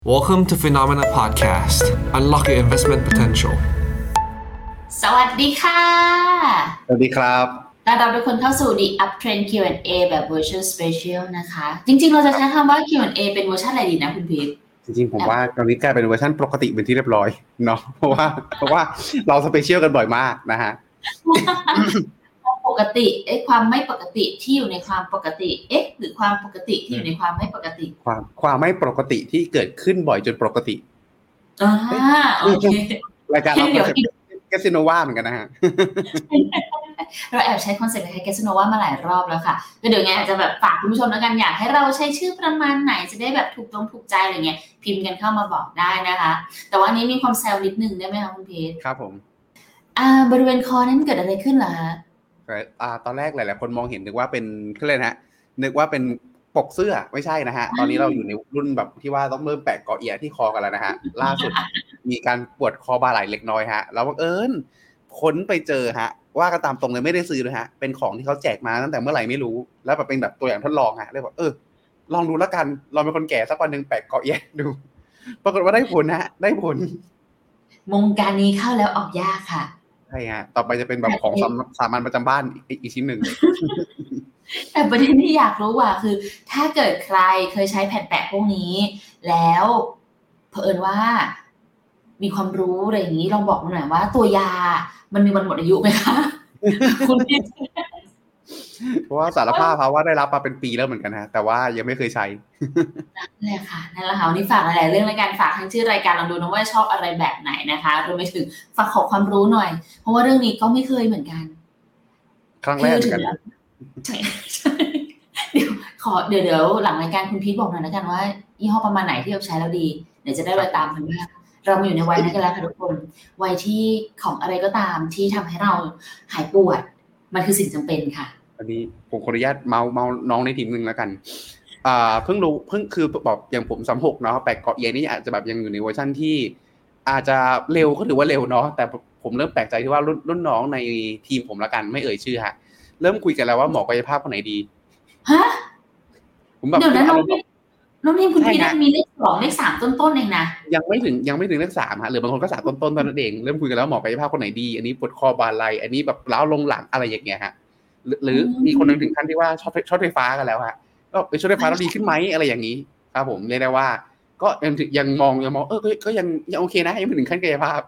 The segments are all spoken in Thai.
Welcome to Phenomena Podcast. Unlock your investment potential. สวัสดีค่ะสวัสดีครับต้อนรับทุกคนเข้าสู่ The Uptrend Q&A แบบ Virtual Special นะคะ จริงๆเราจะใช้คำว่า Q&A เป็นเวอร์ชันอะไรดีนะคุณพีทจริงๆผมว่าตอนนี้กลายเป็นเวอร์ชันปกติเป็นที่เรียบร้อยเนาะเพราะว่าเราสเปเชียลกันบ่อยมากนะฮะปกติความไม่ปกติที่อยู่ในความปกติหรือความปกติที่อยู่ในความไม่ปกติความไม่ปกติที่เกิดขึ้นบ่อยจนปกติโอเครายการเราเป็นแคสโนวาเหมือนกันนะฮะเราแอบใช้คอนเซ็ปต์คล้ายๆแคสโนวามาหลายรอบแล้วค่ะก็เดี๋ยวไงอาจจะแบบฝากคุณผู้ชมแล้วกันอยากให้เราใช้ชื่อประมาณไหนจะได้แบบถูกใจอะไรเงี้ยพิมพ์กันเข้ามาบอกได้นะคะแต่ว่านี้มีความแซวนิดนึงได้ไหมคะคุณเพชรครับผมบริเวณคอนั้นเกิดอะไรขึ้นเหรอคะตอนแรกหลายๆคนมองเห็นนึกว่าเป็นคืออะไรนะนึกว่าเป็นปกเสื้อไม่ใช่นะฮะตอนนี้เราอยู่ในรุ่นแบบที่ว่าต้องเริ่มแปะเกาะเอียที่คอกันแล้วนะฮะล่าสุดมีการปวดคอบ่าไหล่เล็กน้อยฮะแล้วบังเอิญค้นไปเจอฮะว่าก็ตามตรงเลยไม่ได้ซื้อเลยฮะเป็นของที่เขาแจกมาตั้งแต่เมื่อไหร่ไม่รู้แล้วแบบเป็นแบบตัวอย่างทดลองฮะเลยบอกลองดูแล้วกันลองเป็นคนแก่สักวันนึงแปะเกาะเอียดูปรากฏว่าได้ผลฮะได้ผลวงการนี้เข้าแล้วออกยากค่ะใช่ฮะต่อไปจะเป็นแบบของสามัญประจำบ้านอีกชิ้นหนึ่งแต่ประเด็นที่อยากรู้ว่าคือถ้าเกิดใครเคยใช้แผ่นแปะพวกนี้แล้วเผอิญว่ามีความรู้อะไรอย่างนี้ลองบอกมาหน่อยว่าตัวยามันมีวันหมดอายุไหมคะคุณพี่เพราะว่าสารภาพว่าได้รับมาเป็นปีแล้วเหมือนกันฮะแต่ว่ายังไม่เคยใช้นั่นแหละค่ะวันนี้ฝากหลายๆเรื่องในการฝากทั้งชื่อรายการลองดูนะว่าชอบอะไรแบบไหนนะคะรวมไปถึงฝากขอความรู้หน่อยเพราะว่าเรื่องนี้ก็ไม่เคยเหมือนกันครั้งแรกเหมือนกันใช่เดี๋ยวหลังรายการคุณพีทบอกหน่อยแล้วกันว่ายี่ห้อประมาณไหนที่เราใช้แล้วดีเดี๋ยวจะได้ไปตามกันว่าเรามาอยู่ในวัยนั้นกันแล้วค่ะทุกคนวัยที่ของอะไรก็ตามที่ทำให้เราหายปวดมันคือสิ่งจำเป็นค่ะอันนี้ผมขออนุญาตเมาน้องในทีมนึงแล้วกันเพิ่งคือบอกอย่างผม36เนาะแปลกเกาะเอียนี่อาจจะแบบยังอยู่ในเวอร์ชั่นที่อาจจะเร็วก็ถือว่าเร็วเนาะแต่ผมเริ่มแปลกใจที่ว่ารุ่นน้องในทีมผมละกันไม่เอ่ยชื่อฮะเริ่มคุยกันแล้วว่าหมอกายภาพคนไหนดีฮะผมแบบเดี๋ยวนะน้องทีมคุณพี่ได้มีเลข2เลข3ต้นๆเองนะยังไม่ถึงเลข3ฮะหรือบางคนก็3ต้นๆตอนนั้นเองเริ่มคุยกันแล้วหมอกายภาพคนไหนดีอันนี้ปวดคอบ่าไหล่อันนี้แบบล้าวลงหลังอะไรอย่างเงี้ยฮะหรือมีคนนึงถึงขั้นที่ว่าชอบไฟฟ้ากันแล้วฮะก็ไปชอบไฟฟ้าแล้วดีขึ้นไหมอะไรอย่างนี้ครับผมเรียกได้ว่าก็ยังมองก็ยังโอเคนะยังไม่ถึงขั้นกายภาพ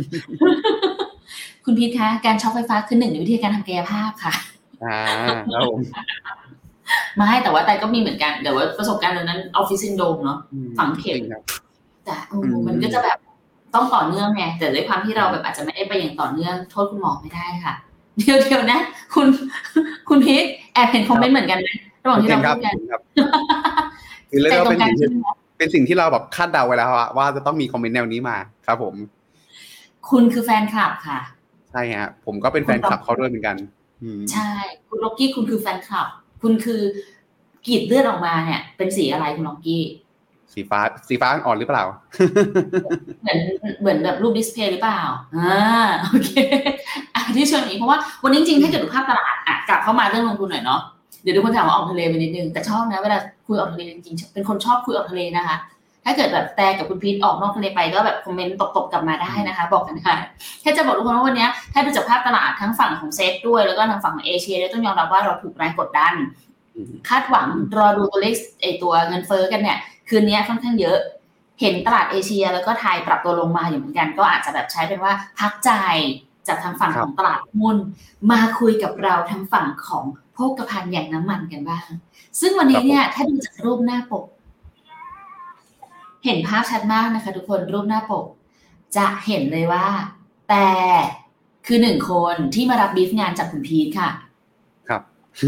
คุณพีทคะการช็อคไฟฟ้าคือหนึ่งในวิธีการทำกายภาพค่ะครับผมไม่แต่ว่าแต่ก็มีเหมือนกันแต่ว่าประสบการณ์ตรงนั้นออฟฟิศซินโดรมเนาะฝังเข็มแต่มันก็จะแบบต้องต่อเนื่องไงแต่ด้วยความที่เราแบบอาจจะไม่ได้ไปอย่างต่อเนื่องโทษคุณหมอไม่ได้ค่ะเดี๋ยวนะคุณพีทแอบเห็นคอมเมนต์เหมือนกันไหมระหว่างที่เราพูดกันคือเรียกว่าเป็นสิ่งที่เราแบบคาดเดาไว้แล้วว่าจะต้องมีคอมเมนต์แนวนี้มาครับผมคุณคือแฟนคลับค่ะใช่ฮะผมก็เป็นแฟนคลับเขาด้วยเหมือนกันใช่คุณล็อกกี้คุณคือแฟนคลับคุณคือกรีดเลือดออกมาเนี่ยเป็นสีอะไรคุณล็อกกี้สีฟ้าอ่อนหรือเปล่าเหมือนแบบรูปดิสเพย์หรือเปล่าโอเคที่เชิญนี้เพราะว่าวันนี้จริงๆถ้าเกิดดูภาพตลาดกลับเข้ามาเรื่องลงทุนหน่อยเนาะเดี๋ยวทุกคนถามว่าออกทะเลไปนิดนึงแต่ชอบนะเวลาคุยออกทะเลจริงๆเป็นคนชอบคุยออกทะเลนะคะถ้าเกิดแบบแต่กับคุณพีทออกนอกทะเลไปก็แบบคอมเมนต์ตบกลับมาได้นะคะบอกกันค่ะแค่จะบอกทุกคนว่าวันนี้ถ้าดูจากภาพตลาดทั้งฝั่งของเซฟด้วยแล้วก็ทางฝั่งของเอเชียต้องยอมรับว่าเราถูกแรงกดดันคาดหวังรอดูตัวเลขตัวเงินเฟ้อกันเนี่ยคืนนี้ค่อนข้างเยอะเห็นตลาดเอเชียแล้วก็ไทยปรับตัวลงมาอยู่เหมือนกันก็อาจจะแบบใช้เป็นว่าพักใจจากทางฝั่งของตลาดหุ้นมาคุยกับเราทางฝั่งของโภคภัณฑ์อย่างน้ำมันกันบ้างซึ่งวันนี้เนี่ยถ้าดูจากรูปหน้าปกเห็นภาพชัดมากนะคะทุกคนรูปหน้าปกจะเห็นเลยว่าแต่คือ1คนที่มารับบีฟงานจากคุณพีทค่ะครับ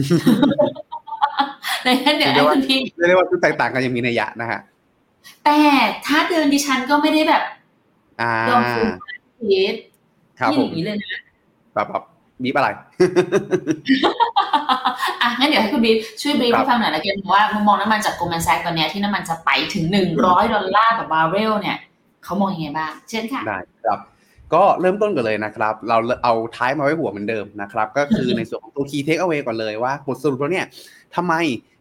เลยเดี๋ยวให้คุณพีทเรียกว่าแตกต่างกันยังมีนัยยะนะฮะแต่ถ้าเดินดิฉันก็ไม่ได้แบบยอมคุณพีทครับผมนี้เลยนะแบบบีฟอะไรงั้นเดี๋ยวให้คุณบีฟช่วยบีฟให้ฟังหน่อยละกันว่ามุมมองน้ำมันจาก Goldman Sachs ตอนนี้ที่น้ำมันจะไปถึง$100ต่อบาร์เรลเนี่ยเขามองยังไงบ้างเช่นค่ะได้ครับก็เริ่มต้นกันเลยนะครับเราเอาท้ายมาไว้หัวเหมือนเดิมนะครับก็คือในส่วนของตัว key take away ก่อนเลยว่าบทสรุปแล้วเนี่ยทำไม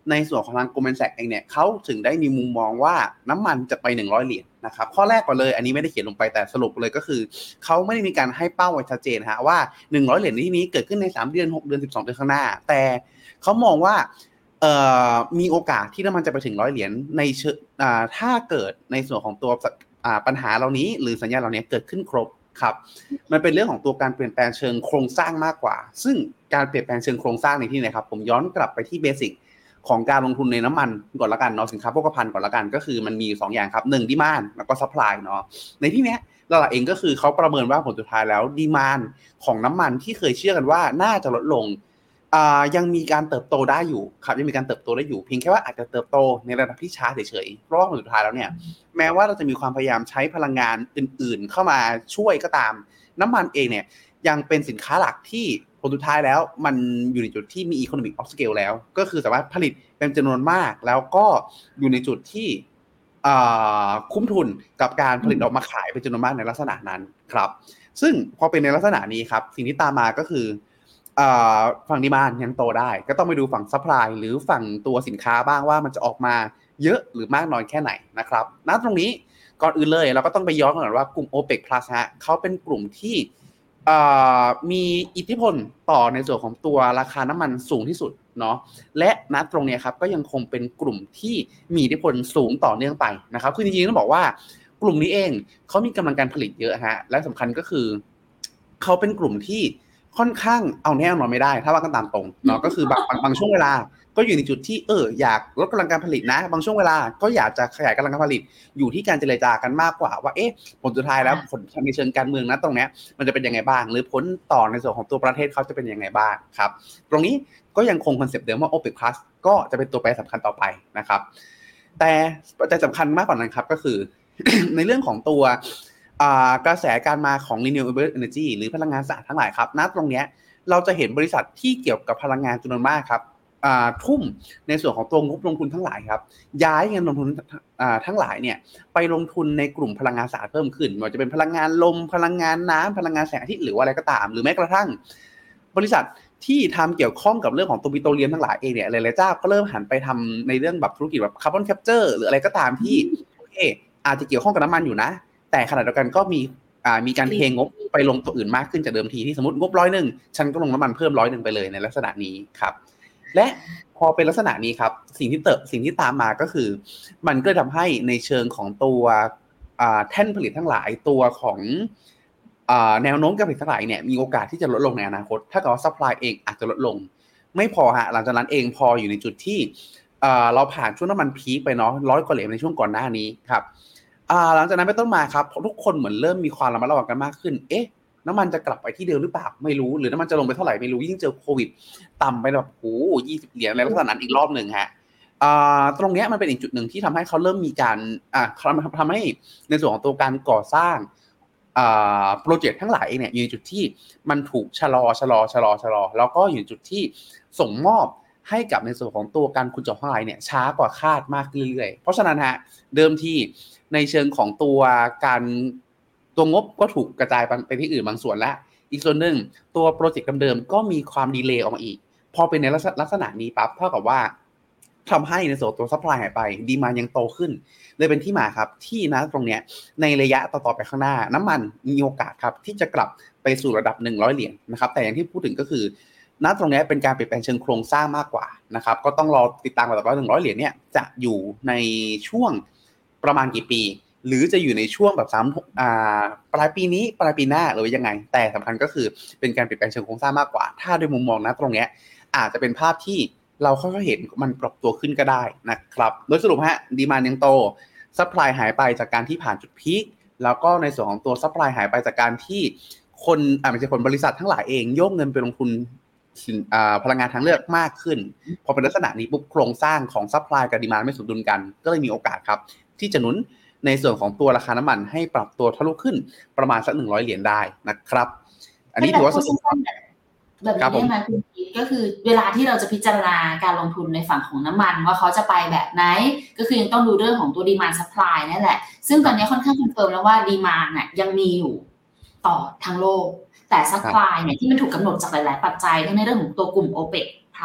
ในส่วนของทาง Goldman Sachs เองเนี่ยเขาถึงได้มีมุมมองว่าน้ำมันจะไป100เหรียญนะครับข้อแรกก่อนเลยอันนี้ไม่ได้เขียนลงไปแต่สรุปเลยก็คือเขาไม่ได้มีการให้เป้าไว้ชัดเจนฮะว่า100เหรียญในที่นี้เกิดขึ้นใน3เดือน6เดือน12เดือนข้างหน้าแต่เขามองว่ามีโอกาสที่น้ำมันจะไปถึง100เหรียญในถ้าเกิดในส่วนของตัวปัญหาเหล่านี้หรือสัญญาณเหล่านี้เกิดขึ้นครบครับมันเป็นเรื่องของตัวการเปลี่ยนแปลงเชิงโครงสร้างมากกว่าซึ่งการเปลี่ยนแปลงเชิงโครงสร้างในที่ไหนครับผมย้อนกลับไปที่เบสิกของการลงทุนในน้ำมันก่อนละกันเนาะสินค้าโภคภัณฑ์ก่อนละกันก็คือมันมี2อย่างครับ1 demand แล้วก็ supply เนาะในที่เนี้ยเราเองก็คือเขาประเมินว่าผลสุดท้ายแล้ว demand ของน้ำมันที่เคยเชื่อกันว่าน่าจะลดลงยังมีการเติบโตได้อยู่ครับยังมีการเติบโตได้อยู่เพียงแค่ว่าอาจจะเติบโตในระดับที่ช้าเฉยๆเพราะว่าผลสุดท้ายแล้วเนี่ยแม้ว่าเราจะมีความพยายามใช้พลังงานอื่นๆเข้ามาช่วยก็ตามน้ำมันเองเนี่ยยังเป็นสินค้าหลักที่ผลสุดท้ายแล้วมันอยู่ในจุดที่มี economic of scale แล้วก็คือสามารถผลิตเป็นจำนวนมากแล้วก็อยู่ในจุดที่คุ้มทุนกับการผลิตออกมาขายเป็นจำนวนมากในลักษณะนั้นครับซึ่งพอเป็นในลักษณะนี้ครับสิ่งที่ตามมาก็คือฝั่งดีมานด์ยังโตได้ก็ต้องไปดูฝั่งซัพพลายหรือฝั่งตัวสินค้าบ้างว่ามันจะออกมาเยอะหรือมากน้อยแค่ไหนนะครับณตรงนี้ก่อนอื่นเลยเราก็ต้องไปย้อนก่อนว่ากลุ่ม OPEC Plus ฮะเขาเป็นกลุ่มที่มีอิทธิพลต่อในส่วนของตัวราคาน้ำมันสูงที่สุดเนาะและณตรงนี้ครับก็ยังคงเป็นกลุ่มที่มีอิทธิพลสูงต่อเนื่องไปนะครับคือจริงๆต้องบอกว่ากลุ่มนี้เองเขามีกำลังการผลิตเยอะฮะและสำคัญก็คือเขาเป็นกลุ่มที่ค่อนข้างเอาแน่นอนไม่ได้ถ้าว่ากันตามตรงเนาะก็คือบางช่วงเวลาก็อยู่ในจุดที่อยากลดกำลังการผลิตนะบางช่วงเวลาก็อยากจะขยายกำลังการผลิตอยู่ที่การเจรจากันมากกว่าว่าผลสุดท้ายแล้วผลในเชิงการเมืองนะตรงนี้มันจะเป็นยังไงบ้างหรือผลต่อในส่วนของตัวประเทศเขาจะเป็นยังไงบ้างครับตรงนี้ก็ยังคงคอนเซปต์เดิมว่า OPEC Plus ก็จะเป็นตัวแปรสำคัญต่อไปนะครับแต่ปัจจัยสำคัญมากกว่านั้นครับก็คือ ในเรื่องของตัวกระแสการมาของ renewable energy หรือพลังงานสะอาดทั้งหลายครับณตรงนี้เราจะเห็นบริษัทที่เกี่ยวกับพลังงานจำนวนมากครับทุ่มในส่วนของตัวงบลงทุนทั้งหลายครับย้ายเงินลงทุนทั้งหลายเนี่ยไปลงทุนในกลุ่มพลังงานสะอาดเพิ่มขึ้นไม่ว่าจะเป็นพลังงานลมพลังงานน้ำพลังงานแสงอาทิตย์หรือว่าอะไรก็ตามหรือแม้กระทั่งบริษัทที่ทำเกี่ยวข้องกับเรื่องของตัวปิโตรเลียมทั้งหลายเองเนี่ยหลายๆเจ้าก็เริ่มหันไปทำในเรื่องแบบธุรกิจแบบคาร์บอนแคปเจอร์หรืออะไรก็ตามที่อาจจะเกี่ยวข้องกับน้ำมันอยู่นะแต่ขณะเดียวกันก็มีการเทงบไปลงตัวอื่นมากขึ้นจากเดิมทีที่สมมติงบ100ฉันก็ลงน้ำมันเพิ่ม100ไปเลยในลักษณะนี้ครับและพอเป็นลักษณะนี้ครับสิ่งที่ตามมาก็คือมันก็ทำให้ในเชิงของตัวแท่นผลิตทั้งหลายตัวของแนวโน้มการผลิตทั้งหลายเนี่ยมีโอกาสที่จะลดลงในอนาคตถ้าเกิดว่าซัพพลายเองอาจจะลดลงไม่พอฮะหลังจากนั้นเองพออยู่ในจุดที่เราผ่านช่วงน้ำมันพีคไปเนาะ100 กว่าเหรียญในช่วงก่อนหน้านี้ครับหลังจากนั้นไปต้นมาครับทุกคนเหมือนเริ่มมีความระมัดระวังกันมากขึ้นน้ำมันจะกลับไปที่เดิมหรือเปล่าไม่รู้หรือน้ำมันจะลงไปเท่าไหร่ไม่รู้ยิ่งเจอโควิดต่ำไปแบบ20 เหรียญอะไรลักษณะนั้นอีกรอบนึงฮะตรงนี้มันเป็นอีกจุดหนึ่งที่ทำให้เขาเริ่มมีการทำให้ในส่วนของตัวการก่อสร้างโปรเจกต์ทั้งหลายเองเนี่ยอยู่ในจุดที่มันถูกชะลอแล้วก็อยู่ในจุดที่ส่งมอบให้กับในส่วนของตัวการขุดเจาะทั้งหลายเนี่ยช้ากว่าคาดมากเรื่อยๆเพราะฉะนั้นฮะเดิมที่ในเชิงของตัวงบก็ถูกกระจายไปที่อื่นบางส่วนแล้วอีกส่วนหนึ่งตัวโปรเจกต์เดิมๆก็มีความดีเลย์ออกมาอีกพอเป็นในลักษณะนี้ปั๊บเท่ากับว่าทำให้ในส่วนตัวซัพพลายหายไปดีมานด์ยังโตขึ้นเลยเป็นที่มาครับที่นะตรงเนี้ยในระยะต่อไปข้างหน้าน้ำมันมีโอกาสครับที่จะกลับไปสู่ระดับ100เหรียญนะครับแต่อย่างที่พูดถึงก็คือณตรงนี้เป็นการเปลี่ยนแปลงเชิงโครงสร้างมากกว่านะครับก็ต้องรอติดตามกันต่อไปว่า100เหรียญเนี่ยจะอยู่ในช่วงประมาณกี่ปีหรือจะอยู่ในช่วงแบบปลายปีนี้ปลายปีหน้าหรือยังไงแต่สำคัญก็คือเป็นการเปลี่ยนแปลงเชิงโครงสร้างมากกว่าถ้าโดยมุมมองนะตรงนี้อาจจะเป็นภาพที่เราค่อยๆเห็นมันปรับตัวขึ้นก็ได้นะครับโดยสรุปฮะดีมานด์ยังโตซัพพลายหายไปจากการที่ผ่านจุดพีคแล้วก็ในส่วนของตัวซัพพลายหายไปจากการที่คนไม่ใช่คนบริษัททั้งหลายเองโยกเงินไปลงทุนพลังงานทางเลือกมากขึ้นพอเป็นลักษณะนี้ปุ๊บโครงสร้างของซัพพลายกับดีมานด์ไม่สมดุลกันก็เลยมีโอกาสครับที่จะหนุนในส่วนของตัวราคาน้ำมันให้ปรับตัวทะลุขึ้นประมาณสัก100เหรียญได้นะครับอันนี้ถือว่าสุดแบบนี้ได้ไหมคุณพีทก็คือเวลาที่เราจะพิจารณาการลงทุนในฝั่งของน้ำมันว่าเขาจะไปแบบไหนก็คือยังต้องดูเรื่องของตัวดีมานด์ซัพพลายนั่นแหละซึ่งตอนนี้ค่อนข้างคอนเฟิร์มแล้วว่าดีมานด์น่ะยังมีอยู่ต่อทั้งโลกแต่ซัพพลายเนี่ยที่มันถูกกำหนดจากหลายๆปัจจัยทั้งในเรื่องของตัวกลุ่ม OPEC Plus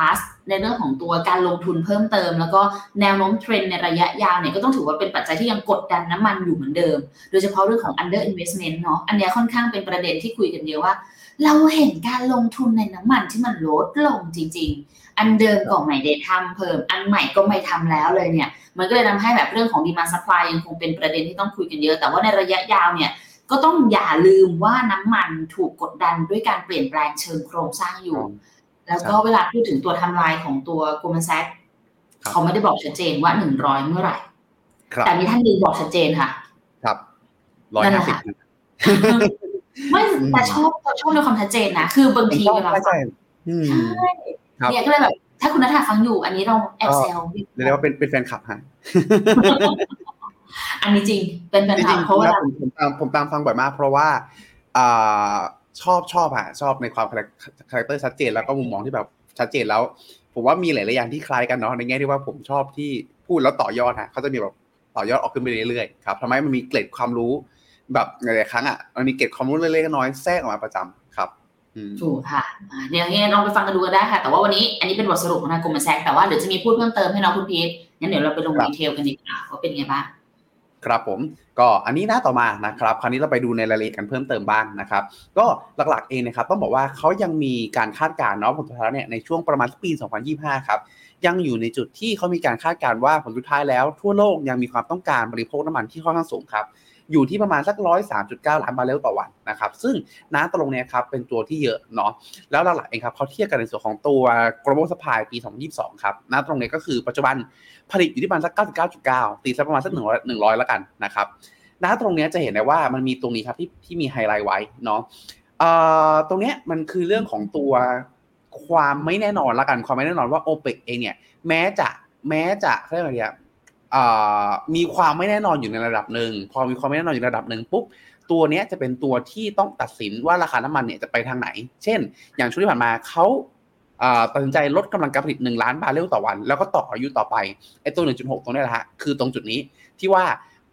ในเรื่องของตัวการลงทุนเพิ่มเติมแล้วก็แนวโน้มเทรนด์ในระยะยาวเนี่ยก็ต้องถือว่าเป็นปัจจัยที่ยังกดดันน้ำมันอยู่เหมือนเดิมโดยเฉพาะเรื่องของ under investment เนาะอันนี้ค่อนข้างเป็นประเด็นที่คุยกันเยอะว่าเราเห็นการลงทุนในน้ำมันที่มันลดลงจริงๆอันเดิมก็ไม่ได้ทำเพิ่มอันใหม่ก็ไม่ทำแล้วเลยเนี่ยมันก็เลยทำให้แบบเรื่องของ demand supply ยังคงเป็นประเด็นที่ต้องคุยกันเยอะแต่ว่าในระยะยาวเนี่ยก็ต้องอย่าลืมว่าน้ำมันถูกกดดันด้วยการเปลี่ยนแปลงเชิงโครงสร้างอยู่แล้วก็เวลาพูดถึงตัวไทม์ไลน์ของตัว Goldman Sachs เขาไม่ได้บอกชัดเจนว่า100เมื่อไหร่แต่มีท่านนึงบอกชัดเจนค่ะครับ150 ไม่แต่ชอบในความชัดเจนนะคือบางทีเวลาฟังใช่เนี่ยก็เลยแบบถ้าคุณณฐาฟังอยู่อันนี้เราแอบแซวเรียกว่าเป็นแฟนคลับฮะอันนี้จริงเป็นแฟนคลับเพราะว่าผมตามฟังบ่อยมากเพราะว่าชอบในความคาแรคเตอร์ชัดเจนแล้วก็มุมมองที่แบบชัดเจนแล้วผมว่ามีหลายๆอย่างที่คล้ายกันเนาะในแง่ที่ว่าผมชอบที่พูดแล้วต่อยอดฮะเขาจะมีแบบต่อยอดออกขึ้นไปเรื่อยๆครับทำให้มันมีเกร็ดความรู้แบบหลายๆครั้งมันมีเกร็ดความรู้เล็กๆน้อยๆแทรกออกมาประจำครับถูกค่ะเดี๋ยวลองไปฟังกันดูกันได้ค่ะแต่ว่าวันนี้อันนี้เป็นบทสรุปของทาง Goldman Sachs แต่ว่าเดี๋ยวจะมีพูดเพิ่มเติมให้น้องคุณพีทงั้นเดี๋ยวเราไปลงดีเทลกันดีกว่าว่าเป็นไงบ้างครับผมก็อันนี้ต่อมานะครับคราวนี้เราไปดูในรายละเอียดกันเพิ่มเติมบ้างนะครับก็หลักๆเองนะครับต้องบอกว่าเขายังมีการคาดการณ์เนาะผลสุดท้ายเนี่ยในช่วงประมาณปี2025ครับยังอยู่ในจุดที่เขามีการคาดการณ์ว่าผลสุดท้ายแล้วทั่วโลกยังมีความต้องการบริโภคน้ำมันที่ค่อนข้างสูงครับอยู่ที่ประมาณสัก 103.9 ล้านบาร์เรลต่อวันนะครับซึ่งตรงนี้ครับเป็นตัวที่เยอะเนาะแล้วหลักๆเองครับเขาเทียบกันในส่วนของตัว global supply ปี2022ครับตรงนี้ก็คือปัจจุบันผลิตอยู่ที่ประมาณสัก 99.9 ตีสักประมาณสัก100แล้วกันนะครับตรงนี้จะเห็นได้ว่ามันมีตรงนี้ครับที่มีไฮไลท์ไว้เนาะตรงนี้มันคือเรื่องของตัวความไม่แน่นอนละกันความไม่แน่นอนว่า OPEC เองเนี่ยแม้จะเรียกว่าอะไรมีความไม่แน่นอนอยู่ในระดับหนึ่งพอมีความไม่แน่นอนอยู่ในระดับหนึ่งปุ๊บตัวนี้จะเป็นตัวที่ต้องตัดสินว่าราคาน้ำมันเนี่ยจะไปทางไหนเช่นอย่างช่วงที่ผ่านมาเขาตัดสินใจลดกำลังการผลิต1ล้านบาร์เรลต่อวันแล้วก็ต่ออายุต่อไปไอ้ตัว 1.6 ตรงนี้แหละฮะคือตรงจุดนี้ที่ว่า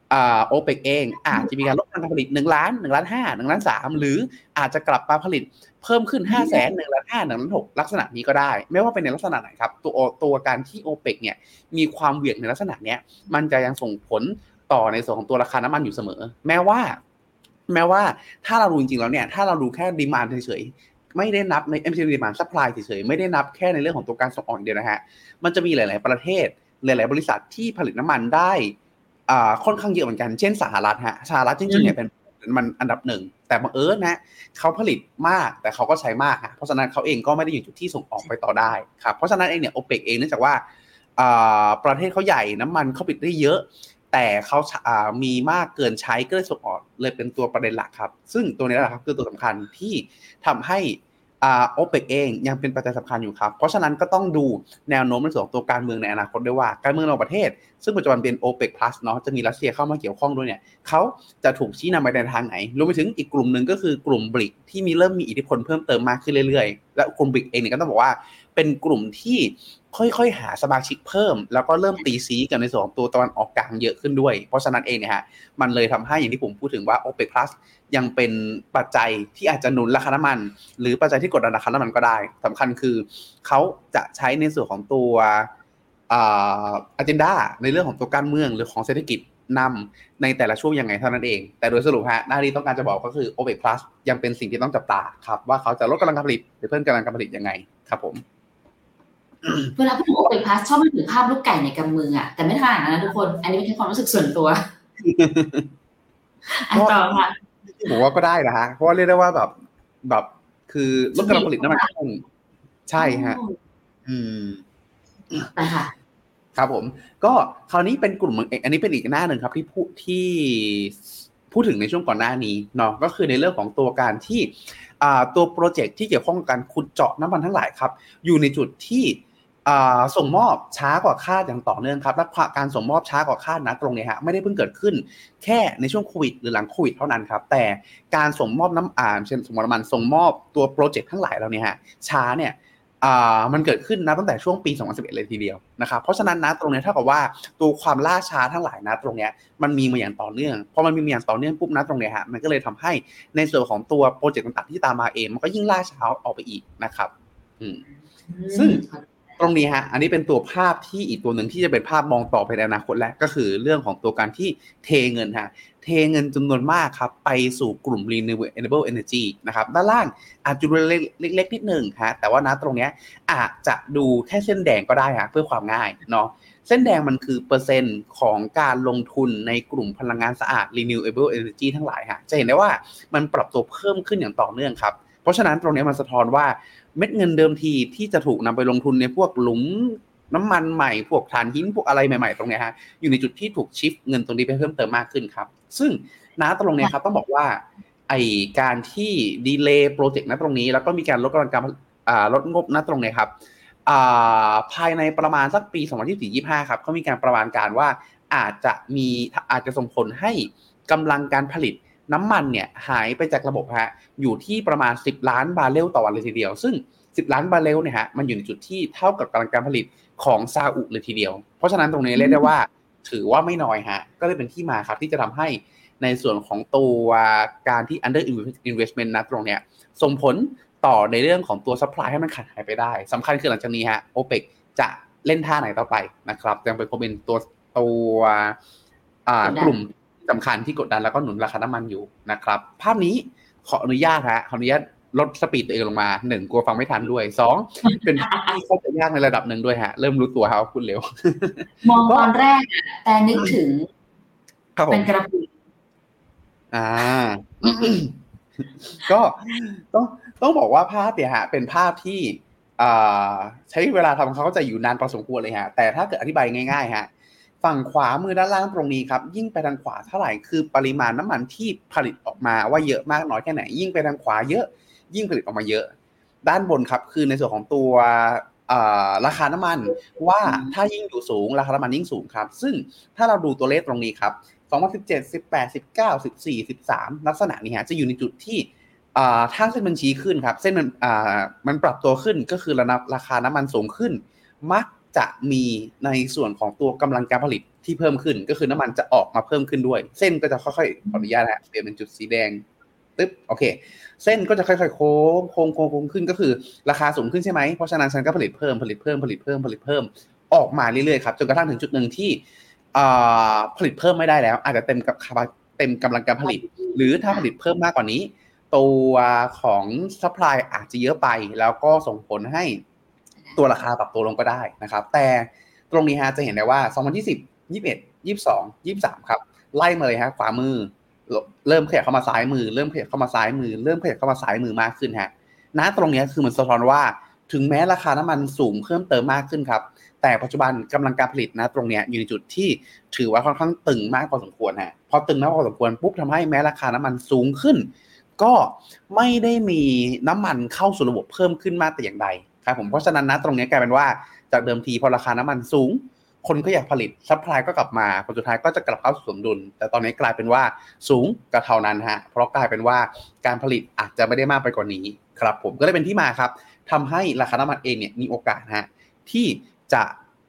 OPEC เองอาจจะมีการลดกำลังการผลิต1ล้าน1ล้าน5 1ล้าน3หรืออาจจะกลับมาผลิตเพิ่มขึ้น 500,000 1ล้าน5 1ล้าน6ลักษณะนี้ก็ได้ไม่ว่าเป็นในลักษณะไหนครับตัวการที่ OPEC เนี่ยมีความเหวี่ยงในลักษณะเนี้ยมันจะยังส่งผลต่อในส่วนของตัวราคาน้ำมันอยู่เสมอแม้ว่าถ้าเราดูจริงๆแล้วเนี่ยถ้าเราดูแค่ดีมานด์เฉยๆไม่ได้นับใน MCD demand supply เฉยๆไม่ได้นับแค่ในเรื่องของตัวการส่งออกเดียวนะฮะมันจะมีหลายๆประเทศหลายๆบริษัทที่ผลิตน้ำมันได้ค่อนข้างเยอะเหมือนกันเช่นสหรัฐจริงๆเนี่ยเป็นมันอันดับหนึ่งแต่บังเอิญนะเขาผลิตมากแต่เขาก็ใช้มากเพราะฉะนั้นเขาเองก็ไม่ได้อยู่จุดที่ส่งออกไปต่อได้ครับเพราะฉะนั้นเองเนี่ย OPEC เองเนื่องจากว่าประเทศเขาใหญ่น้ำมันเขาผลิตได้เยอะแต่เขามีมากเกินใช้ก็เลยส่งออกเลยเป็นตัวประเด็นหลักครับซึ่งตัวนี้แหละครับคือตัวสำคัญที่ทำให้OPEC เองยังเป็นปัจจัยสำคัญอยู่ครับเพราะฉะนั้นก็ต้องดูแนวโน้มในส่วนของตัวการเมืองในอนาคตด้วยว่าการเมืองในประเทศซึ่งปัจจุบันเป็น OPEC Plus เนาะจะมีรัสเซียเข้ามาเกี่ยวข้องด้วยเนี่ยเขาจะถูกชี้นำไปในทางไหนรวมไปถึงอีกกลุ่มนึงก็คือกลุ่ม BRIC ที่เริ่มมีอิทธิพลเพิ่มเติมมากขึ้นเรื่อยๆและกลุ่ม BRIC เองเนี่ยก็ต้องบอกว่าเป็นกลุ่มที่ค่อยๆหาสมาชิกเพิ่มแล้วก็เริ่มตีซีกันในส่วนของตัวตะวันออกกลางเยอะขึ้นด้วยเพราะฉะนั้นเองเนี่ยฮะมันเลยทำให้อย่างที่ผมพูดถึงว่า OPEC Plus ยังเป็นปัจจัยที่อาจจะหนุนราคาน้ำมันหรือปัจจัยที่กดดันราคาน้ำมันก็ได้สำคัญคือเขาจะใช้ในส่วนของตัวagenda ในเรื่องของตัวการเมืองหรือของเศรษฐกิจนำในแต่ละช่วงยังไงเท่านั้นเองแต่โดยสรุปฮะหน้าที่ต้องการจะบอกก็คือ OPEC Plus ยังเป็นสิ่งที่ต้องจับตาครับว่าเขาจะลดกำลังการผลิตหรือเพิ่มกำลังการผลิตยังไงครับผมเวลาพูดถึง OPEC Plus ชอบนึกถึงภาพลูกไก่ในกำมือแต่ไม่ขนาดนั้นนะทุกคนอันนี้เป็นแค่ความรู้สึกส่วนตัวต่อค่ะผมว่าก็ได้นะฮะเพราะว่าเรียกได้ว่าแบบคือลดกำลังผลิตน้ำมันใช่ฮะไปค่ะครับผมก็คราวนี้เป็นกลุ่มอันนี้เป็นอีกหน้าหนึ่งครับที่พูดถึงในช่วงก่อนหน้านี้เนาะก็คือในเรื่องของตัวการที่ตัวโปรเจกต์ที่เกี่ยวข้องกับการขุดเจาะน้ำมันทั้งหลายครับอยู่ในจุดที่ส่งมอบช้ากว่าคาดอย่างต่อเนื่องครับและการส่งมอบช้ากว่าคาดนะตรงนี้ฮะไม่ได้เพิ่งเกิดขึ้นแค่ในช่วงโควิดหรือหลังโควิดเท่านั้นครับแต่การส่งมอบเช่นสมมติมันส่งมอบตัวโปรเจกต์ทั้งหลายเราเนี่ยฮะช้าเนี่ยมันเกิดขึ้นนะตั้งแต่ช่วงปี2011เลยทีเดียวนะครับเพราะฉะนั้นนะตรงนี้เท่ากับว่าตัวความล่าช้าทั้งหลายนะตรงนี้มันมีมาอย่างต่อเนื่องพอมันมีมาอย่างต่อเนื่องปุ๊บนะตรงนี้ฮะมันก็เลยทำให้ในส่วนของตัวโปรเจกต์ต่างๆที่ตามมาเองมันก็ยิ่งล่าช้าออกไปอีกนะครับซึ่งตรงนี้ฮะอันนี้เป็นตัวภาพที่อีกตัวหนึ่งที่จะเป็นภาพมองต่อไปในอนาคตแล้วก็คือเรื่องของตัวการที่เทเงินฮะเทเงินจำนวนมากครับไปสู่กลุ่ม renewable energy นะครับด้านล่างอาจจะดูเล็กๆนิดนึงฮะแต่ว่านะตรงนี้อาจจะดูแค่เส้นแดงก็ได้ฮะเพื่อความง่ายเนาะเส้นแดงมันคือเปอร์เซ็นต์ของการลงทุนในกลุ่มพลังงานสะอาด renewable energy ทั้งหลายฮะจะเห็นได้ว่ามันปรับตัวเพิ่มขึ้นอย่างต่อเนื่องครับเพราะฉะนั้นตรงนี้มันสะท้อนว่าเม็ดเงินเดิมทีที่จะถูกนำไปลงทุนในพวกหลุมน้ำมันใหม่พวกถ่านหินพวกอะไรใหม่ๆตรงนี้ฮะอยู่ในจุดที่ถูกชิฟเงินตรงนี้ไปเพิ่มเติมมากขึ้นครับซึ่งตรงนี้ครับต้องบอกว่าไอการที่ดีเลย์โปรเจกต์ตรงนี้แล้วก็มีการลดกำลังการลดงบตรงนี้ครับภายในประมาณสักปี2024-25ครับเขามีการประมาณการว่าอาจจะส่งผลให้กำลังการผลิตน้ำมันเนี่ยหายไปจากระบบฮะอยู่ที่ประมาณ10ล้านบาร์เรลต่อวันเลยทีเดียวซึ่ง10ล้านบาร์เรลเนี่ยฮะมันอยู่ในจุดที่เท่ากับกำลังการผลิตของซาอุเลยทีเดียวเพราะฉะนั้นตรงนี้เรียกได้ว่าถือว่าไม่น้อยฮะก็เลยเป็นที่มาครับที่จะทำให้ในส่วนของตัวการที่ under investment ตรงเนี้ยส่งผลต่อในเรื่องของตัว supply ให้มันขาดหายไปได้สำคัญคือหลังจากนี้ฮะ OPEC จะเล่นท่าไหนต่อไปนะครับยังเป็นตัวกลุ่มสำคัญที่กดดันแล้วก็หนุนราคาน้ำมันอยู่นะครับภาพนี้ขออนุญาตลดสปีดตัวเองลงมา1กลัวฟังไม่ทันด้วย2เป็นภาพที่เข้าใจยากในระดับหนึ่งด้วยฮะเริ่มรู้ตัวครับว่าพูดเร็วมองตอนแรกแต่นึกถึงเป็นกระปุกก็ต้องบอกว่าภาพเนี่ยฮะเป็นภาพที่ใช้เวลาทำความเข้าใจอยู่นานพอสมควรเลยฮะแต่ถ้าเกิดอธิบายง่ายๆฮะฝั่งขวามือด้านล่างตรงนี้ครับยิ่งไปทางขวาเท่าไหร่คือปริมาณน้ำมันที่ผลิตออกมาว่าเยอะมากน้อยแค่ไหนยิ่งไปทางขวาเยอะยิ่งผลิตออกมาเยอะด้านบนครับคือในส่วนของตัวราคาน้ำมันว่าถ้ายิ่งอยู่สูงราคาน้ำมันยิ่งสูงครับซึ่งถ้าเราดูตัวเลขตรงนี้ครับ2017 18 19 14 13ลักษณะนี้ฮะจะอยู่ในจุดที่ถ้าเส้นมันชี้ขึ้นครับเส้นมันปรับตัวขึ้นก็คือราคาน้ำมันสูงขึ้นมักจะมีในส่วนของตัวกำลังการผลิตที่เพิ่มขึ้นก็คือน้ำมันจะออกมาเพิ่มขึ้นด้วยเส้นก็จะค่อยๆขออนุญาตนะเปลี่ยนเป็นจุดสีแดงตึ๊บโอเคเส้นก็จะค่อยๆโค้งขึ้นก็คือราคาสูงขึ้นใช่ไหมเพราะฉะนั้นฉันก็ผลิตเพิ่มออกมาเรื่อยๆครับจนกระทั่งถึงจุดหนึ่งที่ผลิตเพิ่มไม่ได้แล้วอาจจะเต็มกำลังการผลิตหรือถ้าผลิตเพิ่มมากกว่านี้ตัวของซัพพลายอาจจะเยอะไปแล้วก็ส่งผลให้ตัวราคาปรับตัวลงก็ได้นะครับแต่ตรงนี้ฮะจะเห็นได้ว่า2020 21 22 23ครับไล่มาเลยฮะขวามือเริ่มขยับเข้ามาซ้ายมือเริ่มขยับเข้ามาซ้ายมือเริ่มขยับเข้ามาซ้ายมือมากขึ้นฮะตรงนี้คือมันสะท้อนว่าถึงแม้ราคาน้ำมันสูงเพิ่มเติมมากขึ้นครับแต่ปัจจุบันกำลังการผลิตตรงนี้อยู่ในจุดที่ถือว่าค่อนข้างตึงมากพอสมควรฮะพอตึงมากพอสมควรปุ๊บทำให้แม้ราคาน้ำมันสูงขึ้นก็ไม่ได้มีน้ำมันเข้าสู่ระบบเพิ่มขึ้นมากแต่อย่างใดครับผมเพราะฉะนั้นตรงนี้กลายเป็นว่าจากเดิมทีพอราคาน้ำมันสูงคนก็อยากผลิตซัพพลายก็กลับมาผลสุดท้ายก็จะกลับเข้าสู่สมดุลแต่ตอนนี้กลายเป็นว่าสูงก็เท่านั้นฮะเพราะกลายเป็นว่าการผลิตอาจจะไม่ได้มากไปกว่านี้ครับผมก็เลยเป็นที่มาครับทำให้ราคาน้ำมันเองเนี่ยมีโอกาสฮะที่จะ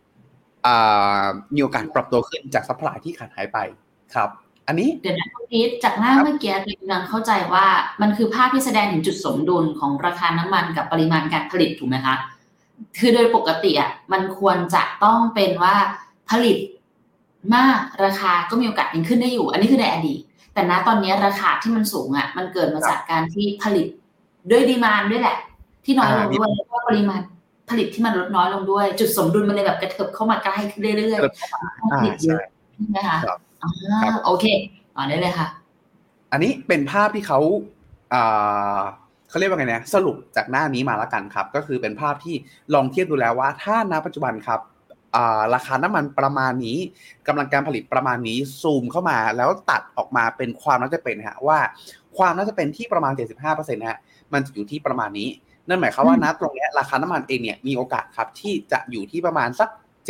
มีโอกาสปรับตัวขึ้นจากซัพพลายที่ขาดหายไปครับอันนี้เดี๋ยวนะคุณพีทจากหน้าเมื่อกี้กำลังเข้าใจว่ามันคือภาพที่แสดงถึงจุดสมดุลของราคาน้ำมันกับปริมาณการผลิตถูกไหมคะคือโดยปกติอ่ะมันควรจะต้องเป็นว่าผลิตมากราคาก็มีโอกาสยังขึ้นได้อยู่อันนี้คือในอดีตแต่ณตอนนี้ราคาที่มันสูงอ่ะมันเกิดมาจากการที่ผลิตด้วยดีมานด์ด้วยแหละที่น้อยลงด้วยแล้วก็ปริมาณผลิตที่มันลดน้อยลงด้วยจุดสมดุลมันเลยแบบกระเถิบเข้ามาใกล้ขึ้นเรื่อยๆผลิตเยอะใช่ไหมคะโอเคต่อได้เลยค่ะอันนี้เป็นภาพที่เขาเรียกว่าไงเนี่ยสรุปจากหน้านี้มาแล้วกันครับก็คือเป็นภาพที่ลองเทียบดูแล้วว่าถ้าณปัจจุบันครับราคาน้ำมันประมาณนี้กำลังการผลิตประมาณนี้ซูมเข้ามาแล้วตัดออกมาเป็นความน่าจะเป็นฮะว่าความน่าจะเป็นที่ประมาณ 75% ฮะมันจะอยู่ที่ประมาณนี้นั่นหมายความว่าณตรงนี้ราคาน้ำมันเองเนี่ยมีโอกาสครับที่จะอยู่ที่ประมาณสัก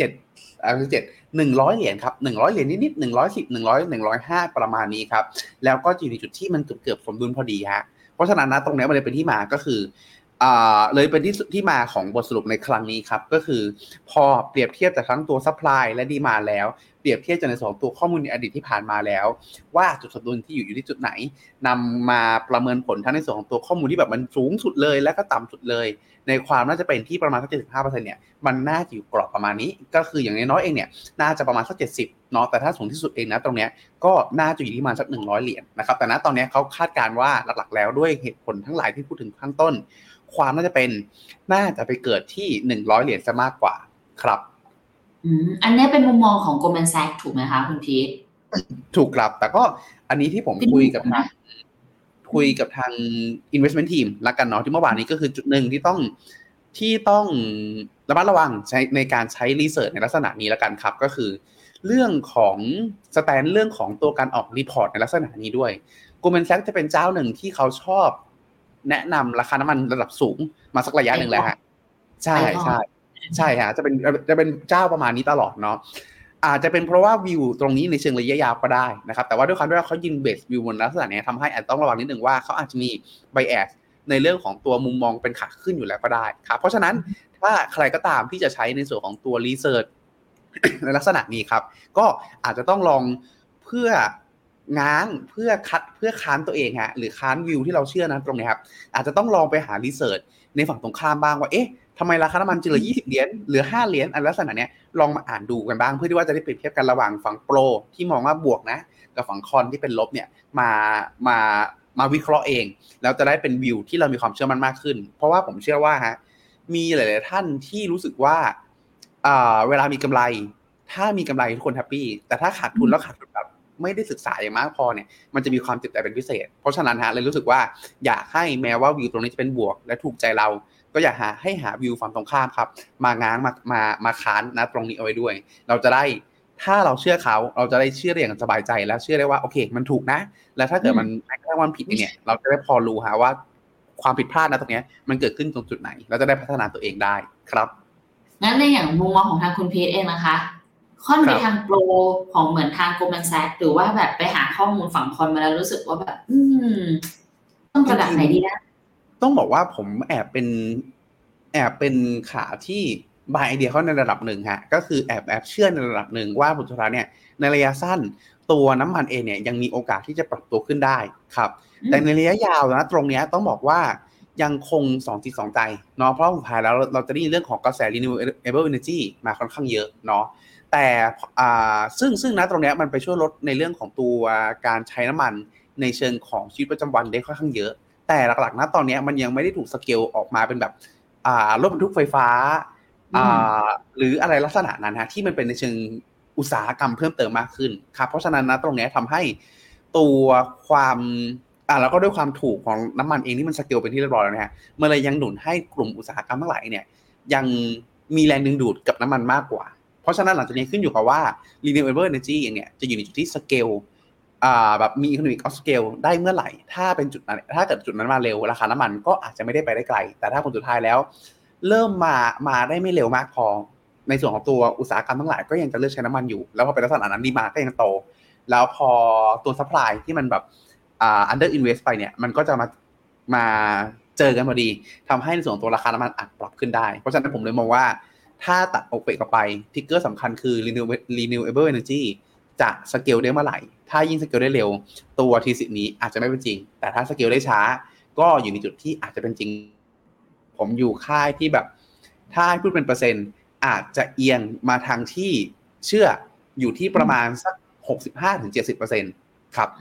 100เหรียญครับ100เหรียญนิดๆ110 100 105ประมาณนี้ครับแล้วก็อยู่ในจุดที่มันเกือบสมดุลพอดีฮะเพราะฉะนั้นตรงนี้มันเลยเป็นที่มาก็คือเลยเป็นที่มาของบทสรุปในครั้งนี้ครับก็คือพอเปรียบเทียบจากทั้งตัวซัพพลายและดีมานด์แล้วเปรียบเทียบจากในส่วนของตัวข้อมูลในอดีตที่ผ่านมาแล้วว่าจุดสมดุลที่อยู่ที่จุดไหนนำมาประเมินผลทั้งในส่วนของตัวข้อมูลที่แบบมันสูงสุดเลยและก็ต่ำสุดเลยในความน่าจะเป็นที่ประมาณสัก 75% เนี่ยมันน่าจะอยู่กรอบประมาณนี้ก็คืออย่างน้อยๆเองเนี่ยน่าจะประมาณสัก70เนาะแต่ถ้าสูงที่สุดเองนะตรงเนี้ยก็น่าจะอยู่ที่ประมาณสัก100เหรียญนะครับแต่ณตอนนี้เขาคาดการณ์ว่าหลักๆแล้วด้วยเหตุผลทั้งหลายที่พูดถึงข้างต้นความน่าจะไปเกิดที่100เหรียญซะมากกว่าครับอันนี้เป็นมุมมองของ Goldman Sachs ถูกไหมคะคุณพีทถูกครับแต่ก็อันนี้ที่ผมคุยกับทาง investment team ละกันเนาะที่เมื่อวานนี้ก็คือจุดหนึ่งที่ต้องระมัดระวังใช้ในการใช้ research ในลักษณะนี้ละกันครับก็คือเรื่องของสแตนเรื่องของตัวการออกรีพอร์ตในลักษณะนี้ด้วย Goldman Sachs จะเป็นเจ้าหนึ่งที่เขาชอบแนะนำราคาน้ำมันระดับสูงมาสักระยะหนึ่งแล้วฮะใช่ฮะจะเป็นเจ้าประมาณนี้ตลอดเนาะอาจจะเป็นเพราะว่าวิวตรงนี้ในเชิงระยะยาวก็ได้นะครับแต่ว่าด้วยความที่เขายิงเบสวิวบนลักษณะนี้ทำให้อาจต้องระวังนิดนึงว่าเขาอาจจะมีไบแอสในเรื่องของตัวมุมมองเป็นขาขึ้นอยู่แล้วก็ได้ครับเพราะฉะนั้นถ้าใครก็ตามที่จะใช้ในส่วนของตัวรีเสิร์ช ในลักษณะนี้ครับก็อาจจะต้องลองเพื่อง้างเพื่อค้านตัวเองฮะหรือค้านวิวที่เราเชื่อนะตรงนี้ครับอาจจะต้องลองไปหารีเสิร์ชในฝั่งตรงข้ามบ้างว่าเอ๊ะทำไมราคาน้ำมันจึงเหลือ20เหรียญเหลือ5เหรียญอันลักษณะเนี้ยลองมาอ่านดูกันบ้างเพื่อที่ว่าจะได้เปรียบเทียบกันระหว่างฝั่งโปรที่มองว่าบวกนะกับฝั่งคอนที่เป็นลบเนี่ยมาวิเคราะห์เองแล้วจะได้เป็นวิวที่เรามีความเชื่อมั่นมากขึ้นเพราะว่าผมเชื่อว่าฮะมีหลายๆท่านที่รู้สึกว่าเวลามีกำไรถ้ามีกำไรทุกคนแฮปปี้แต่ถ้าขาดทุนแล้วขาดทุนแบบไม่ได้ศึกษาอย่างมากพอเนี่ยมันจะมีความเจ็บใจเป็นพิเศษเพราะฉะนั้นฮะเลยรู้สึกว่าอยากให้แม้ว่าวิวตรงนี้จะเป็นบวกและถูกใจเราก็อยากให้หาวิวฝั่งตรงข้ามครับมาง้างมาค้านนะตรงนี้เอาไว้ด้วยเราจะได้ถ้าเราเชื่อเขาเราจะได้เชื่อได้อย่างสบายใจและเชื่อได้ว่าโอเคมันถูกนะแล้วถ้าเกิดมันผิดเนี่ยเราจะได้พอรู้ฮะว่าความผิดพลาดนะตรงนี้มันเกิดขึ้นตรงจุดไหนเราจะได้พัฒนาตัวเองได้ครับงั้นในอย่างมุมมองของทางคุณพีทเองนะคะค่อนไปทางโปรของเหมือนทาง Goldman Sachs หรือว่าแบบไปหาข้อมูลฝั่งคอนมาแล้วรู้สึกว่าแบบต้องระดับไหนดีนะต้องบอกว่าผมแอบเป็นขาที่บายไอเดียเขาในระดับหนึ่งฮะก็คือแอบเชื่อในระดับหนึ่งว่าผลสุดท้ายเนี่ยในระยะสั้นตัวน้ำมันเองเนี่ยยังมีโอกาสที่จะปรับตัวขึ้นได้ครับแต่ในระยะยาวนะตรงนี้ต้องบอกว่ายังคง2 จิต 2 ใจเนาะเพราะสุดท้ายแล้วเราจะได้ยินเรื่องของกระแส renewable energy มาค่อนข้างเยอะเนาะแต่ซึ่งนะตรงนี้มันไปช่วยลดในเรื่องของตัวการใช้น้ำมันในเชิงของชีวิตประจำวันได้ค่อนข้างเยอะแต่หลักๆนะตอนนี้มันยังไม่ได้ถูกสเกลออกมาเป็นแบบรถบรรทุกไฟฟ้าหรืออะไรลักษณะนั้นฮะที่มันเป็นในเชิงอุตสาหกรรมเพิ่มเติมมากขึ้นครับเพราะฉะนั้นนะตรงนี้ทำให้ตัวความแล้วก็ด้วยความถูกของน้ำมันเองที่มันสเกลเป็นที่เรียบร้อยแล้วนะฮะมันเลยยังหนุนให้กลุ่มอุตสาหกรรมทั้งหลายเนี่ยยังมีแรงดึงดูดกับน้ำมันมากกว่าเพราะฉะนั้นหลังจากนี้ขึ้นอยู่กับว่า renewable energy เองเนี่ยจะอยู่ในจุดที่สเกลแบบมี economic of scale ได้เมื่อไหร่ถ้าเป็นจุดนั้นถ้าเกิดจุดนั้นมาเร็วราคาน้ำมันก็อาจจะไม่ได้ไปได้ไกลแต่ถ้าผลสุดท้ายแล้วเริ่มมาได้ไม่เร็วมากพอในส่วนของตัวอุตสาหกรรมทั้งหลายก็ยังจะเลือกใช้น้ำมันอยู่แล้วพอเป็นลักษณะนั้นดีมานด์ก็ยังโตแล้วพอตัว supply ที่มันแบบunder invest ไปเนี่ยมันก็จะมาเจอกันพอดีทำให้ในส่วนของตัวราคาน้ำมันอาจปรับขึ้นได้เพราะฉะนั้นผมเลยมองว่าถ้าตัดOPECออกไปทริกเกอร์สำคัญคือ renewable energy จะสเกลได้เมื่อไหร่ถ้ายิ่งสเกลได้เร็วตัวทีสินี้อาจจะไม่เป็นจริงแต่ถ้าสเกลได้ช้าก็อยู่ในจุดที่อาจจะเป็นจริงผมอยู่ค่ายที่แบบถ้าพูดเป็นเปอร์เซ็นต์อาจจะเอียงมาทางที่เชื่ออยู่ที่ประมาณสัก 65-70% ครับ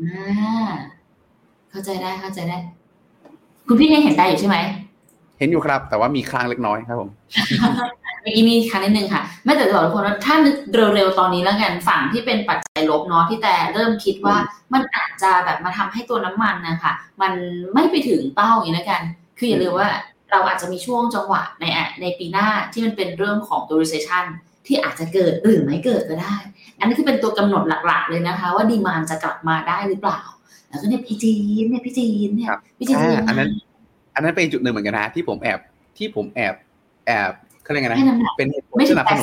เข้าใจได้คุณพี่ยังเห็นได้อยู่ใช่ไหมเห็นอยู่ครับแต่ว่ามีค้างเล็กน้อยครับผมเมื่อกี้มีค้างนิดนึงค่ะไม่แต่จะบอกทุกคนว่าถ้านึกเร็วๆตอนนี้แล้วกันฝั่งที่เป็นปัจจัยลบเนาะที่แต่เริ่มคิดว่ามันอาจจะแบบมาทำให้ตัวน้ำมันนะคะมันไม่ไปถึงเป้าอย่างนี้แล้วกันคืออย่าลืมว่าเราอาจจะมีช่วงจังหวะในปีหน้าที่มันเป็นเรื่องของตัว recession ที่อาจจะเกิดหรือไม่เกิดก็ได้อันนี้คือเป็นตัวกำหนดหลักๆเลยนะคะว่าดีมานด์จะกลับมาได้หรือเปล่าแล้วก็เนี่ยพี่จีนอันนั้นเป็นจุดหนึ่งเหมือนกันนะที่ผมแอบเขาเรียกไงนะเป็นเหตุผลสนับสนุน